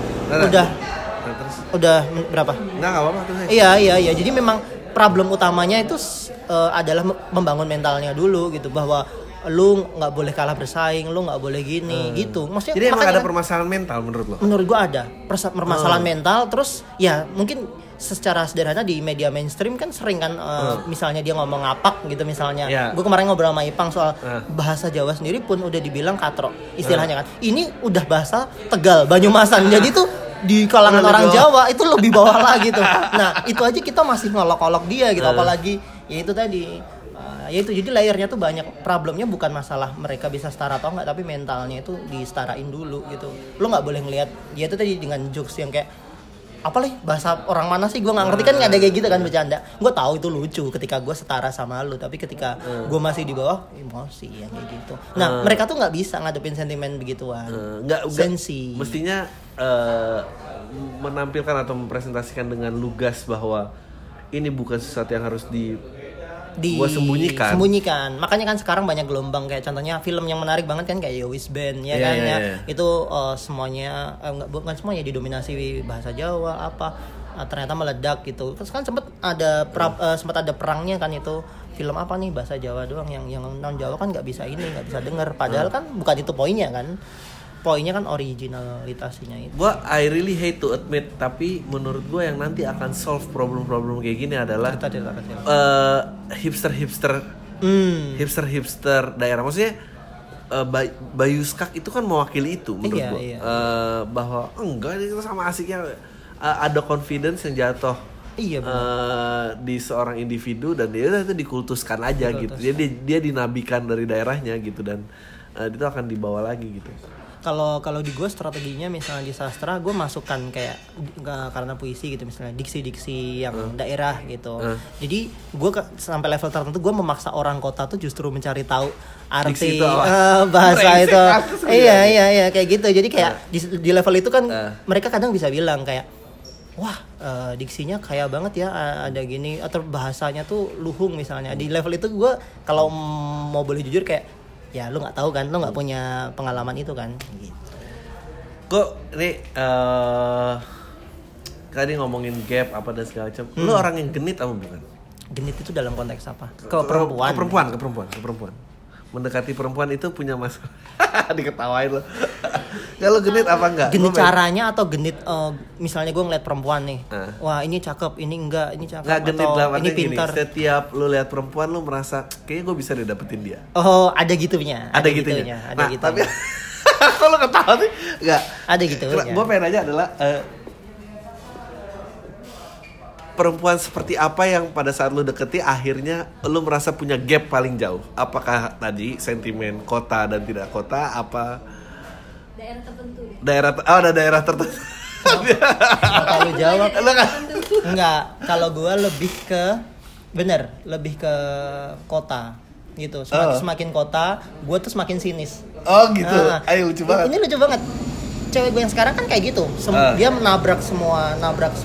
berapa? Nggak apa-apa tuh. Iya. Jadi memang problem utamanya itu adalah membangun mentalnya dulu gitu, bahwa lu nggak boleh kalah bersaing, lu nggak boleh gini gitu. Maksudnya jadi emang ada permasalahan mental menurut lo? Menurut gua ada permasalahan mental. Terus ya mungkin secara sederhana di media mainstream kan sering kan misalnya dia ngomong ngapak gitu misalnya. Gue kemarin ngobrol sama Ipang soal bahasa Jawa sendiri pun udah dibilang katro istilahnya kan. Ini udah bahasa Tegal, Banyumasan. Jadi tuh di kalangan orang Jawa itu lebih bawah lagi tuh. Nah itu aja kita masih ngolok-olok dia gitu, apalagi ya itu tadi. Ya itu, jadi layernya tuh banyak. Problemnya bukan masalah mereka bisa setara atau enggak, tapi mentalnya itu disetarain dulu gitu. Lo nggak boleh ngelihat dia itu tadi dengan jokes yang kayak apa nih, bahasa orang mana sih, gue nggak ngerti kan, nggak ada kayak gitu kan, bercanda. Gue tahu itu lucu ketika gue setara sama lu, tapi ketika gue masih di bawah, emosi ya kayak gitu. Nah mereka tuh nggak bisa ngadepin sentimen begituan. Sensi. Mestinya menampilkan atau mempresentasikan dengan lugas bahwa ini bukan sesuatu yang harus sembunyikan. Makanya kan sekarang banyak gelombang, kayak contohnya film yang menarik banget kan kayak Yowis Band ya kan ya. Itu semuanya bukan semuanya didominasi bahasa Jawa apa ternyata meledak gitu. Terus kan sempat ada perangnya kan, itu film apa nih bahasa Jawa doang, yang non Jawa kan nggak bisa denger, padahal kan bukan itu poinnya kan. Poinnya kan originalitasnya itu. I really hate to admit, tapi menurut gue yang nanti akan solve problem-problem kayak gini adalah hipster daerah. Maksudnya Bayu Skak itu kan mewakili itu menurut gue. Bahwa enggak, itu sama asiknya ada confidence yang jatuh di seorang individu, dan dia itu dikultuskan aja gitu. Jadi dia dinabikan dari daerahnya gitu, dan itu akan dibawa lagi gitu. Kalau di gue strateginya misalnya di sastra gue masukkan kayak karena puisi gitu misalnya diksi-diksi yang daerah gitu. Jadi gue sampai level tertentu gue memaksa orang kota tuh justru mencari tahu arti bahasa itu. Iya kayak gitu. Jadi kayak di level itu kan mereka kadang bisa bilang kayak wah diksinya kaya banget ya, ada gini, atau bahasanya tuh luhung misalnya. Di level itu gue kalau mau boleh jujur kayak ya lu nggak tahu kan, lu nggak punya pengalaman itu kan gitu. Kok ini tadi ngomongin gap apa dan segala macam. Lu orang yang genit apa bukan? Genit itu dalam konteks apa? Ke perempuan. Mendekati perempuan itu punya masalah. Diketawain lo. Kalau genit apa enggak? Genit caranya atau genit misalnya gue ngeliat perempuan nih. Wah, ini cakep, ini enggak, ini cakep. Nggak genit atau lah, ini pintar. Setiap lu lihat perempuan lu merasa kayaknya gue bisa dapetin dia. Oh, ada gitunya. Ada gitunya. Ada gitunya. Tapi kalau ketawa sih enggak. Ada gitunya. Gue pengen aja adalah perempuan seperti apa yang pada saat lu deketi akhirnya lu merasa punya gap paling jauh? Apakah tadi sentimen kota dan tidak kota, apa daerah tertentu? Ada daerah tertentu. Kalau jawab enggak, kalau gue lebih ke kota gitu. Semakin kota, gue tuh semakin sinis. Oh gitu. Ayo lucu banget. Ini lucu banget. Cewek gue yang sekarang kan kayak gitu. Dia nabrak semua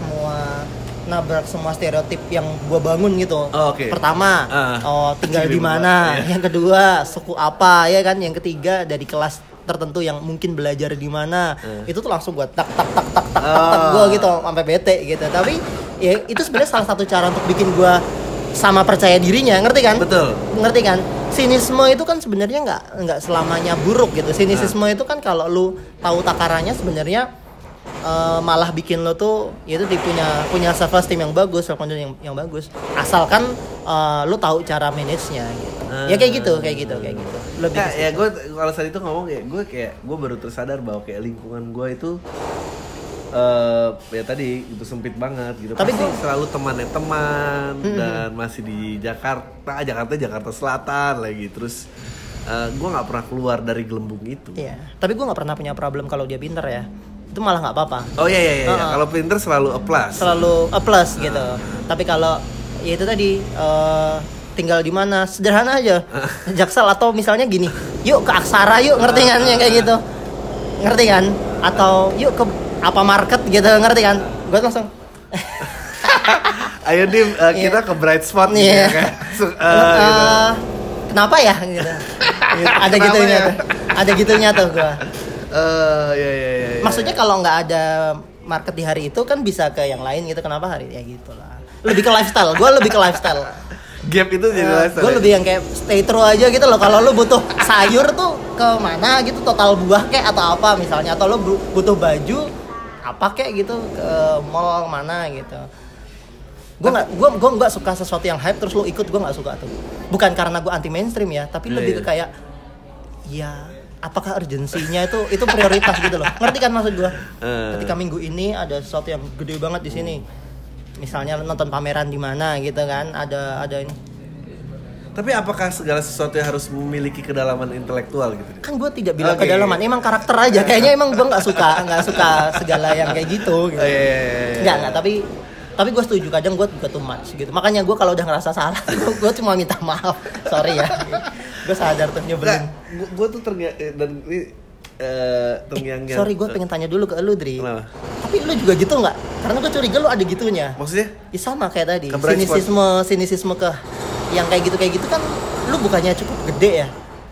stereotip yang gue bangun gitu. Pertama, tinggal di mana. Yang kedua, suku apa ya kan. Yang ketiga, dari kelas tertentu yang mungkin belajar di mana. Itu tuh langsung gue tak gue gitu sampai bete gitu. Tapi ya itu sebenarnya salah satu cara untuk bikin gue sama percaya dirinya, ngerti kan? Betul. Ngerti kan? Sinisme itu kan sebenarnya nggak selamanya buruk gitu. Sinisme itu kan kalau lu tahu takarannya sebenarnya malah bikin lo tuh ya itu punya self esteem yang bagus, self confidence yang bagus. Asalkan lo tahu cara manage-nya gitu. Ya kayak gitu. Lebih ya gue kalau saat itu ngomong gue baru tersadar bahwa kayak lingkungan gue itu ya tadi itu sempit banget gitu. Tapi gue selalu teman dan masih di Jakarta Selatan lagi. Terus gue nggak pernah keluar dari gelembung itu. Iya. Tapi gue nggak pernah punya problem kalau dia pinter ya. Itu malah nggak apa-apa. Oh iya. Kalau pinter selalu a plus gitu. Tapi kalau ya itu tadi tinggal di mana sederhana aja. Jaksel atau misalnya gini, yuk ke Aksara yuk, ngerti kan yang kayak gitu. Ngerti kan? Atau yuk ke apa market gitu, ngerti kan? Gue langsung ayo Dim, kita ke Bright Spot gitu ya kan. Kenapa ya gitu. Ada gitunya tuh. Ada gitunya tuh gue. Iya. Maksudnya kalau nggak ada market di hari itu kan bisa ke yang lain gitu. Kenapa hari ya gitulah. Lebih ke lifestyle. Gue lebih ke lifestyle. Gap itu jadi lifestyle. Gue lebih yang kayak stay true aja gitu loh. Kalau lu butuh sayur tuh ke mana gitu, total buah kayak atau apa misalnya, atau lu butuh baju apa kayak gitu ke mall mana gitu. Gue nggak suka sesuatu yang hype terus lu ikut, gue nggak suka tuh. Bukan karena gue anti mainstream ya, tapi lebih ke kayak ya apakah urgensinya itu prioritas gitu loh. Ngerti kan maksud gue? Ketika minggu ini ada sesuatu yang gede banget di sini. Misalnya nonton pameran di mana gitu kan, ada ini. Tapi apakah segala sesuatu yang harus memiliki kedalaman intelektual gitu? Kan gue tidak bilang kedalaman, emang karakter aja. Kayaknya emang gue nggak suka segala yang kayak gitu. Nggak. Tapi gue setuju, kadang gue juga too much gitu. Makanya gue kalau udah ngerasa salah, gue cuma minta maaf. Sorry ya. Gue sadar tuh nyebelin. Gue tuh terngiang-ngiang. Sorry, gue pengen tanya dulu ke lu, Dri. Kenapa? Tapi lu juga gitu nggak? Karena gue curiga lu ada gitunya. Maksudnya? Ya sama kayak tadi. Sinisisme ke yang kayak gitu kan lu bukannya cukup gede ya?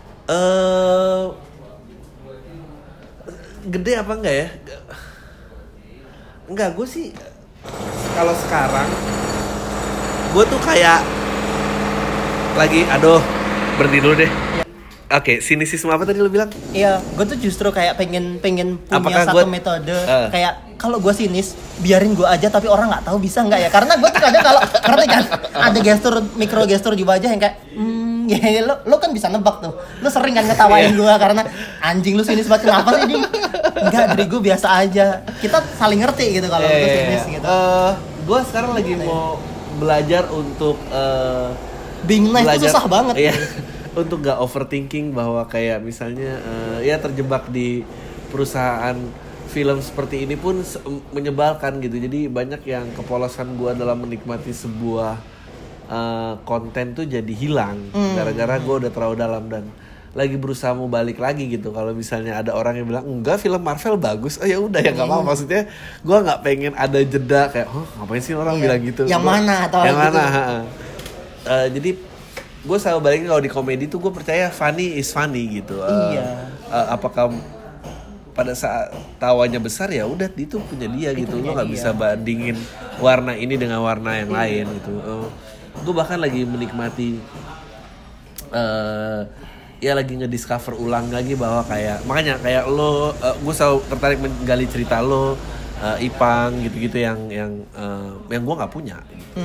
Gede apa enggak ya? Enggak, gue sih kalau sekarang gue tuh kayak lagi berhenti dulu deh. Oke, sinisisme apa tadi lu bilang? Iya, gue tuh justru kayak pengen punya apakah satu metode kayak kalau gue sinis, biarin gue aja tapi orang nggak tahu bisa nggak ya? Karena gue tuh kadang kalau ngerti kan ada mikro gestur di wajah yang kayak ya lo kan bisa nebak tuh. Lo sering kan ngetawain gue karena anjing lu sinis banget, kenapa sih, Ding? Enggak, dari gue biasa aja. Kita saling ngerti gitu kalau lu sinis gitu. Gue sekarang lagi mau belajar untuk being nice itu susah banget. Iya. Untuk gak overthinking bahwa kayak misalnya ya terjebak di perusahaan film seperti ini pun menyebalkan gitu. Jadi banyak yang kepolosan gue dalam menikmati sebuah konten tuh jadi hilang gara-gara gue udah terlalu dalam dan lagi berusaha mau balik lagi gitu. Kalau misalnya ada orang yang bilang enggak film Marvel bagus, ya udah ya nggak apa-apa. Maksudnya gue nggak pengen ada jeda kayak ngapain sih orang bilang gitu. Yang mana atau yang gitu. Mana? Jadi gue selalu balikin kalau di komedi tuh gue percaya funny is funny gitu. Apakah pada saat tawanya besar ya udah itu punya dia gitu. Lo nggak bisa bandingin warna ini dengan warna yang lain gitu. Gue bahkan lagi menikmati ya lagi ngediscover ulang lagi bahwa kayak makanya kayak lo gue selalu tertarik menggali cerita lo Ipang gitu-gitu yang gue nggak punya gitu.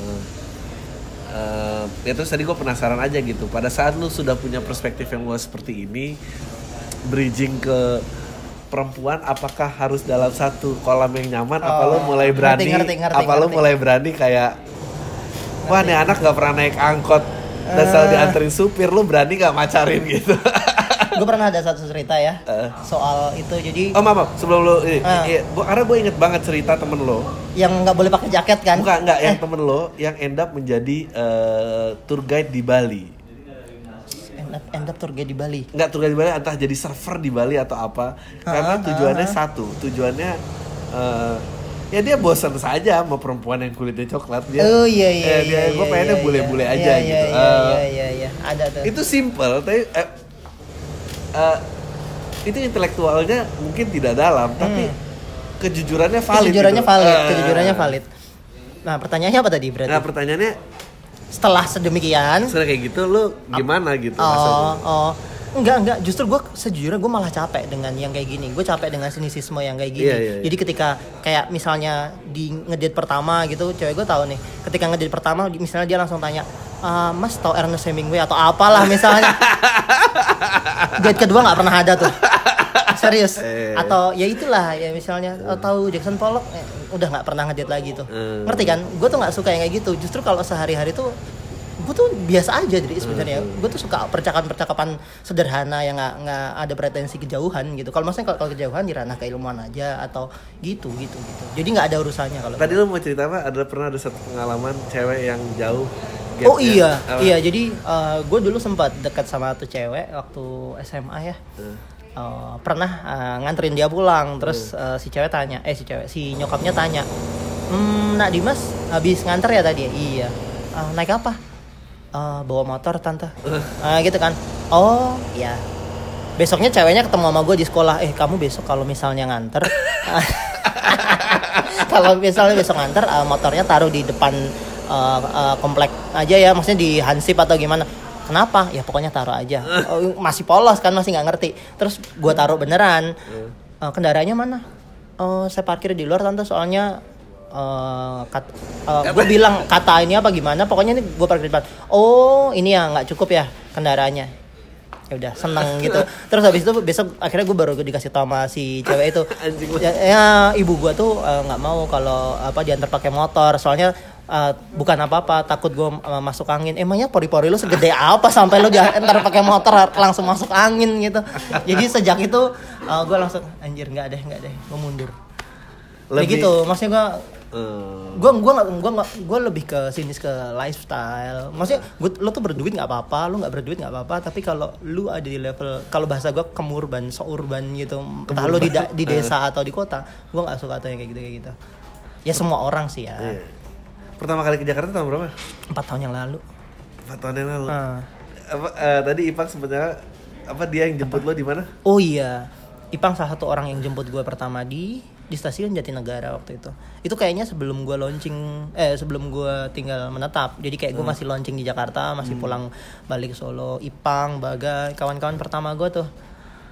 Ya terus tadi gue penasaran aja gitu, pada saat lu sudah punya perspektif yang luas seperti ini, bridging ke perempuan, apakah harus dalam satu kolam yang nyaman? Apa lu mulai berani? Lu mulai berani kayak, wah nih anak gak pernah naik angkot dan selalu dianterin supir, lu berani gak macarin gitu? Gue pernah ada satu cerita ya soal itu. Jadi maaf sebelum lo karena gue inget banget cerita temen lo yang nggak boleh pakai jaket kan? Enggak yang temen lo yang end up menjadi tour guide di Bali. End up tour guide di Bali? Enggak, tour guide di Bali, entah jadi server di Bali atau apa. Karena tujuannya tujuannya ya dia bosan saja sama perempuan yang kulitnya coklat. Dia, gue pengennya bule-bule aja gitu. Iya, ada tuh. Itu simple, tapi itu intelektualnya mungkin tidak dalam, tapi kejujurannya valid. Kejujurannya valid. Nah, pertanyaannya apa tadi berarti? Nah, pertanyaannya setelah sedemikian, kayak gitu, lu gimana gitu? Enggak. Justru gue sejujurnya gue malah capek dengan yang kayak gini. Gue capek dengan sinisisme yang kayak gini. Iya. Jadi ketika kayak misalnya di ngedate pertama gitu, cewek gue tahu nih. Ketika ngedate pertama, misalnya dia langsung tanya, Mas tau Ernest Hemingway atau apalah misalnya. Date kedua nggak pernah ada tuh. Serius. Atau ya itulah ya misalnya tahu Jackson Pollock, udah nggak pernah ngedate lagi tuh. Ngerti kan? Gue tuh nggak suka yang kayak gitu. Justru kalau sehari-hari tuh gue tuh biasa aja jadi sebenarnya. Gue tuh suka percakapan sederhana yang nggak ada pretensi kejauhan gitu. Kalau maksudnya kalau kejauhan di ranah keilmuan aja atau gitu. Jadi nggak ada urusannya kalau. Tadi lu mau cerita apa? Pernah ada satu pengalaman cewek yang jauh. Oh iya. Jadi gue dulu sempat dekat sama tuh cewek waktu SMA ya. Pernah nganterin dia pulang, terus si nyokapnya tanya, Nak Dimas habis nganter ya tadi? Iya. Naik apa? Bawa motor tante. Gitu kan. Oh iya. Besoknya ceweknya ketemu sama gue di sekolah. Kamu besok kalau misalnya nganter kalau misalnya besok nganter motornya taruh di depan komplek aja ya, maksudnya di Hansip atau gimana. Kenapa? Ya pokoknya taruh aja. Masih polos kan, masih nggak ngerti. Terus gue taruh beneran. Kendaraannya mana? Saya parkir di luar tante, soalnya gue bilang kata ini apa gimana. Pokoknya ini gue parkir di depan. Oh ini ya nggak cukup ya kendaraannya. Ya udah seneng gitu. Terus habis itu besok akhirnya gue baru dikasih tau sama si cewek itu. Ya ibu gue tuh nggak mau kalau diantar pakai motor. Soalnya bukan apa-apa, takut gue masuk angin. Emangnya pori-pori lu segede apa sampai lu ntar pakai motor langsung masuk angin gitu. Jadi sejak itu gue langsung anjir nggak deh gue mundur. Lebih gitu, maksudnya gue lebih ke sinis ke lifestyle. Maksudnya lu tuh berduit nggak apa-apa, lu nggak berduit nggak apa-apa. Tapi kalau lu ada di level, kalau bahasa gue kemurban, seurban gitu, entah lu di desa atau di kota, gue nggak suka tuh yang kayak gitu. Ya semua orang sih ya. Pertama kali ke Jakarta tahun berapa? 4 tahun yang lalu. 4 tahun yang lalu. Tadi Ipang sebenarnya dia yang jemput lo di mana? Oh iya, Ipang salah satu orang yang jemput gue pertama di stasiun Jatinegara waktu itu. Itu kayaknya sebelum gue sebelum gue tinggal menetap. Jadi kayak gue masih launching di Jakarta, masih pulang balik ke Solo. Ipang, Baga, kawan-kawan pertama gue tuh.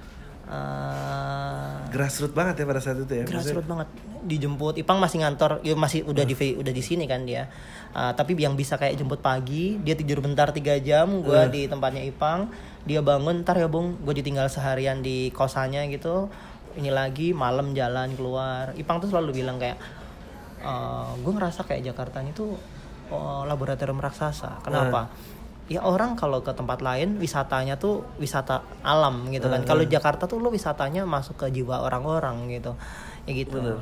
Grassroots banget ya pada saat itu ya. Grassroots banget. Dijemput, Ipang masih ngantor, ya masih udah di sini kan dia. Tapi yang bisa kayak jemput pagi, dia tidur bentar 3 jam, gue di tempatnya Ipang, dia bangun, ntar ya Bung, gue ditinggal seharian di kosannya gitu. Ini lagi malam jalan keluar. Ipang tuh selalu bilang kayak, gue ngerasa kayak Jakarta ini tuh laboratorium raksasa. Kenapa? Ya orang kalau ke tempat lain wisatanya tuh wisata alam gitu kan. Kalau Jakarta tuh lo wisatanya masuk ke jiwa orang-orang gitu. Ya gitu. Bener.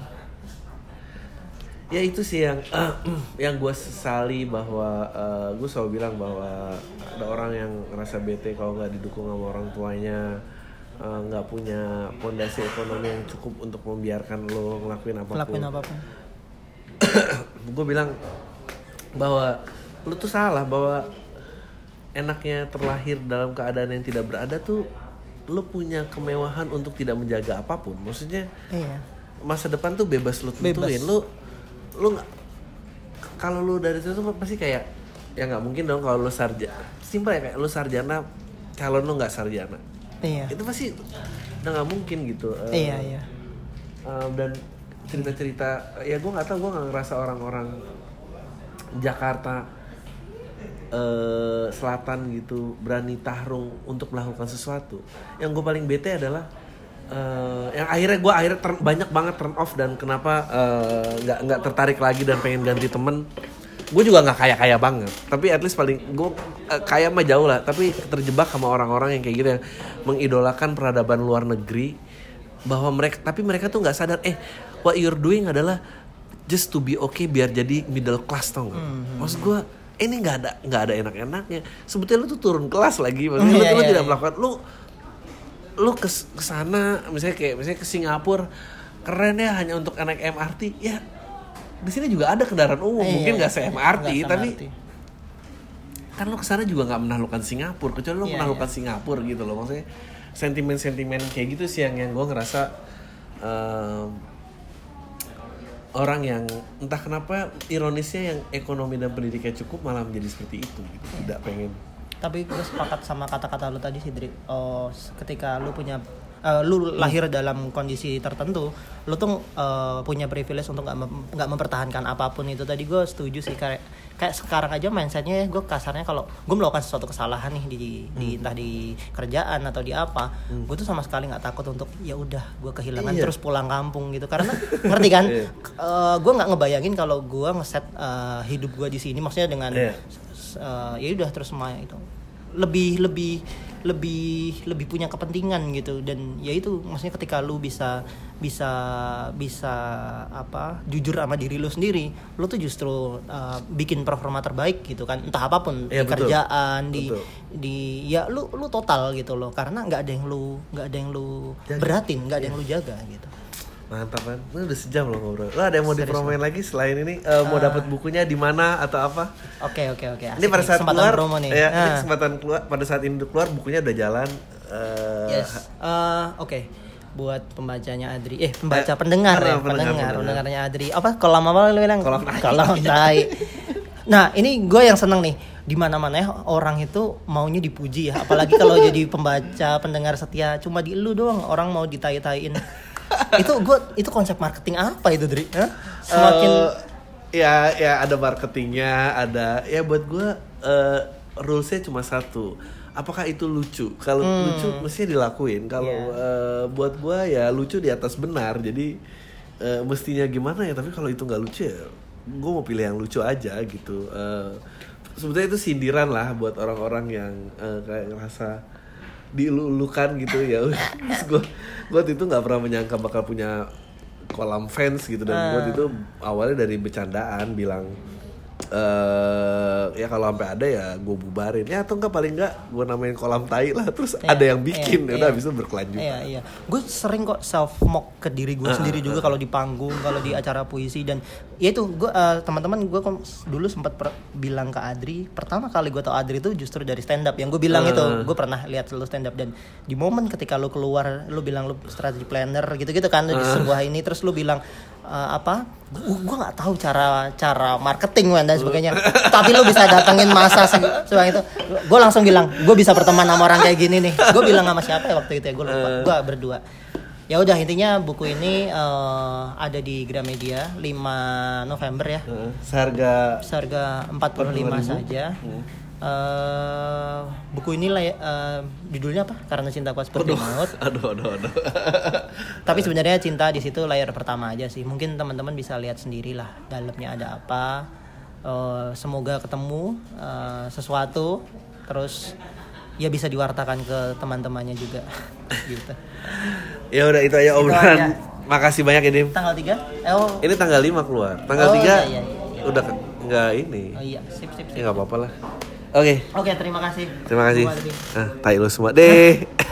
Ya itu sih yang gue sesali bahwa gue selalu bilang bahwa ada orang yang ngerasa bete kalau nggak didukung sama orang tuanya, nggak punya fondasi ekonomi yang cukup untuk membiarkan lo ngelakuin apapun. Gue bilang bahwa lo tuh salah, bahwa enaknya terlahir dalam keadaan yang tidak berada tuh lo punya kemewahan untuk tidak menjaga apapun. Maksudnya masa depan tuh bebas lo tentuin. Lo nggak, kalau lo dari situ tuh pasti kayak ya nggak mungkin dong kalau lo sarjana. Simpel ya, kayak lo sarjana calon lo nggak sarjana. Itu pasti udah nggak mungkin gitu. Dan cerita-cerita ya gue nggak tahu, gue nggak ngerasa orang-orang Jakarta Selatan gitu berani tahrung untuk melakukan sesuatu. Yang gue paling bete adalah yang akhirnya banyak banget turn off, dan kenapa nggak tertarik lagi dan pengen ganti temen. Gue juga nggak kaya banget, tapi at least paling gue kaya mah jauh lah, tapi terjebak sama orang-orang yang kayak gitu yang mengidolakan peradaban luar negeri, bahwa mereka tuh nggak sadar what you're doing adalah just to be okay biar jadi middle class, tau nggak? Maksud gue ini nggak ada enak-enaknya. Sebetulnya lu tuh turun kelas lagi, maksudnya lu tidak melakukan lu kesana misalnya ke Singapura, keren ya hanya untuk naik MRT ya. Di sini juga ada kendaraan umum, mungkin nggak se-MRT, tapi kan lu kesana juga nggak menaklukkan Singapura, kecuali lu menaklukkan Singapura gitu loh. Maksudnya sentimen kayak gitu sih yang gue ngerasa orang yang entah kenapa ironisnya yang ekonomi dan pendidikan cukup malah menjadi seperti itu gitu. Tidak pengen. Tapi gue sepakat sama kata-kata lu tadi sih, Dri. Ketika lu punya lu lahir dalam kondisi tertentu, lu tuh punya privilege untuk nggak mempertahankan apapun itu. Tadi gue setuju sih, kayak sekarang aja mindsetnya gue kasarnya kalau gue melakukan sesuatu kesalahan nih di entah di kerjaan atau di apa, gue tuh sama sekali nggak takut untuk ya udah gue kehilangan terus pulang kampung gitu, karena ngerti kan? Gue nggak ngebayangin kalau gue ngeset hidup gue di sini, maksudnya dengan ya udah terus semuanya itu lebih punya kepentingan gitu. Dan ya itu maksudnya ketika lu bisa apa jujur sama diri lu sendiri, lu tuh justru bikin performa terbaik gitu kan, entah apapun di kerjaan di ya lu total gitu loh, karena nggak ada yang lu beratin, nggak ada yang lu jaga gitu. Mantap kan, ini udah sejam loh ngobrol. Lo ada yang mau dipromoin lagi selain ini? Mau dapat bukunya di mana atau apa? Oke. Ini pada saat keluar, promo nih. Ini kesempatan keluar. Pada saat ini keluar bukunya udah jalan. Yes. Oke. Buat pembacanya Adri, pendengarnya Adri. Apa? Kolam apa lu bilang? Kolam tai. Nah, ini gue yang seneng nih. Di mana-mana ya orang itu maunya dipuji ya, apalagi kalau jadi pembaca pendengar setia. Cuma di lu doang orang mau ditai-taiin. itu konsep marketing apa itu, Dri? Semakin ya ada marketingnya, ada ya buat gue rulesnya cuma satu. Apakah itu lucu? Kalau lucu mestinya dilakuin. Kalau buat gue ya lucu di atas benar. Jadi mestinya gimana ya? Tapi kalau itu nggak lucu ya, gue mau pilih yang lucu aja gitu. Sebetulnya itu sindiran lah buat orang-orang yang kayak ngerasa dielulukan gitu ya. Gue itu nggak pernah menyangka bakal punya kolam fans gitu, dan gue itu awalnya dari bercandaan bilang ya kalau sampai ada ya gue bubarin ya, atau enggak paling enggak gue namain kolam tai lah, terus ada yang bikin udah habis itu berkelanjutan. Iya. Gue sering kok self mock ke diri gue sendiri juga kalau di panggung, kalau di acara puisi. Dan ya itu gue teman-teman gue dulu sempat bilang ke Adri, pertama kali gue tau Adri itu justru dari stand up yang gue bilang itu. Gue pernah lihat lu stand up, dan di momen ketika lu keluar lu bilang lu strategy planner gitu-gitu kan di sebuah ini, terus lu bilang gue nggak tahu cara marketing dan sebagainya, tapi lu bisa datengin masa sebanyak itu. Gue langsung bilang gue bisa berteman sama orang kayak gini nih. Gue bilang sama siapa ya waktu itu ya, gue lupa. Gue berdua. Ya udah, intinya buku ini ada di Gramedia 5 November ya. Seharga 45 saja. Buku ini judulnya apa? Karena Cintaku Seperti Maut. Aduh. Tapi sebenarnya cinta di situ layar pertama aja sih. Mungkin teman-teman bisa lihat sendiri lah dalamnya ada apa. Semoga ketemu sesuatu, terus ya bisa diwartakan ke teman-temannya juga gitu. Ya udah, itu aja obrolan. Makasih banyak ini. Tanggal 3? Ini tanggal 5 keluar. Tanggal 3 iya. Udah enggak ini. Oh iya, sip. Ya enggak apa-apa lah. Oke, terima kasih. Tai lu semua deh.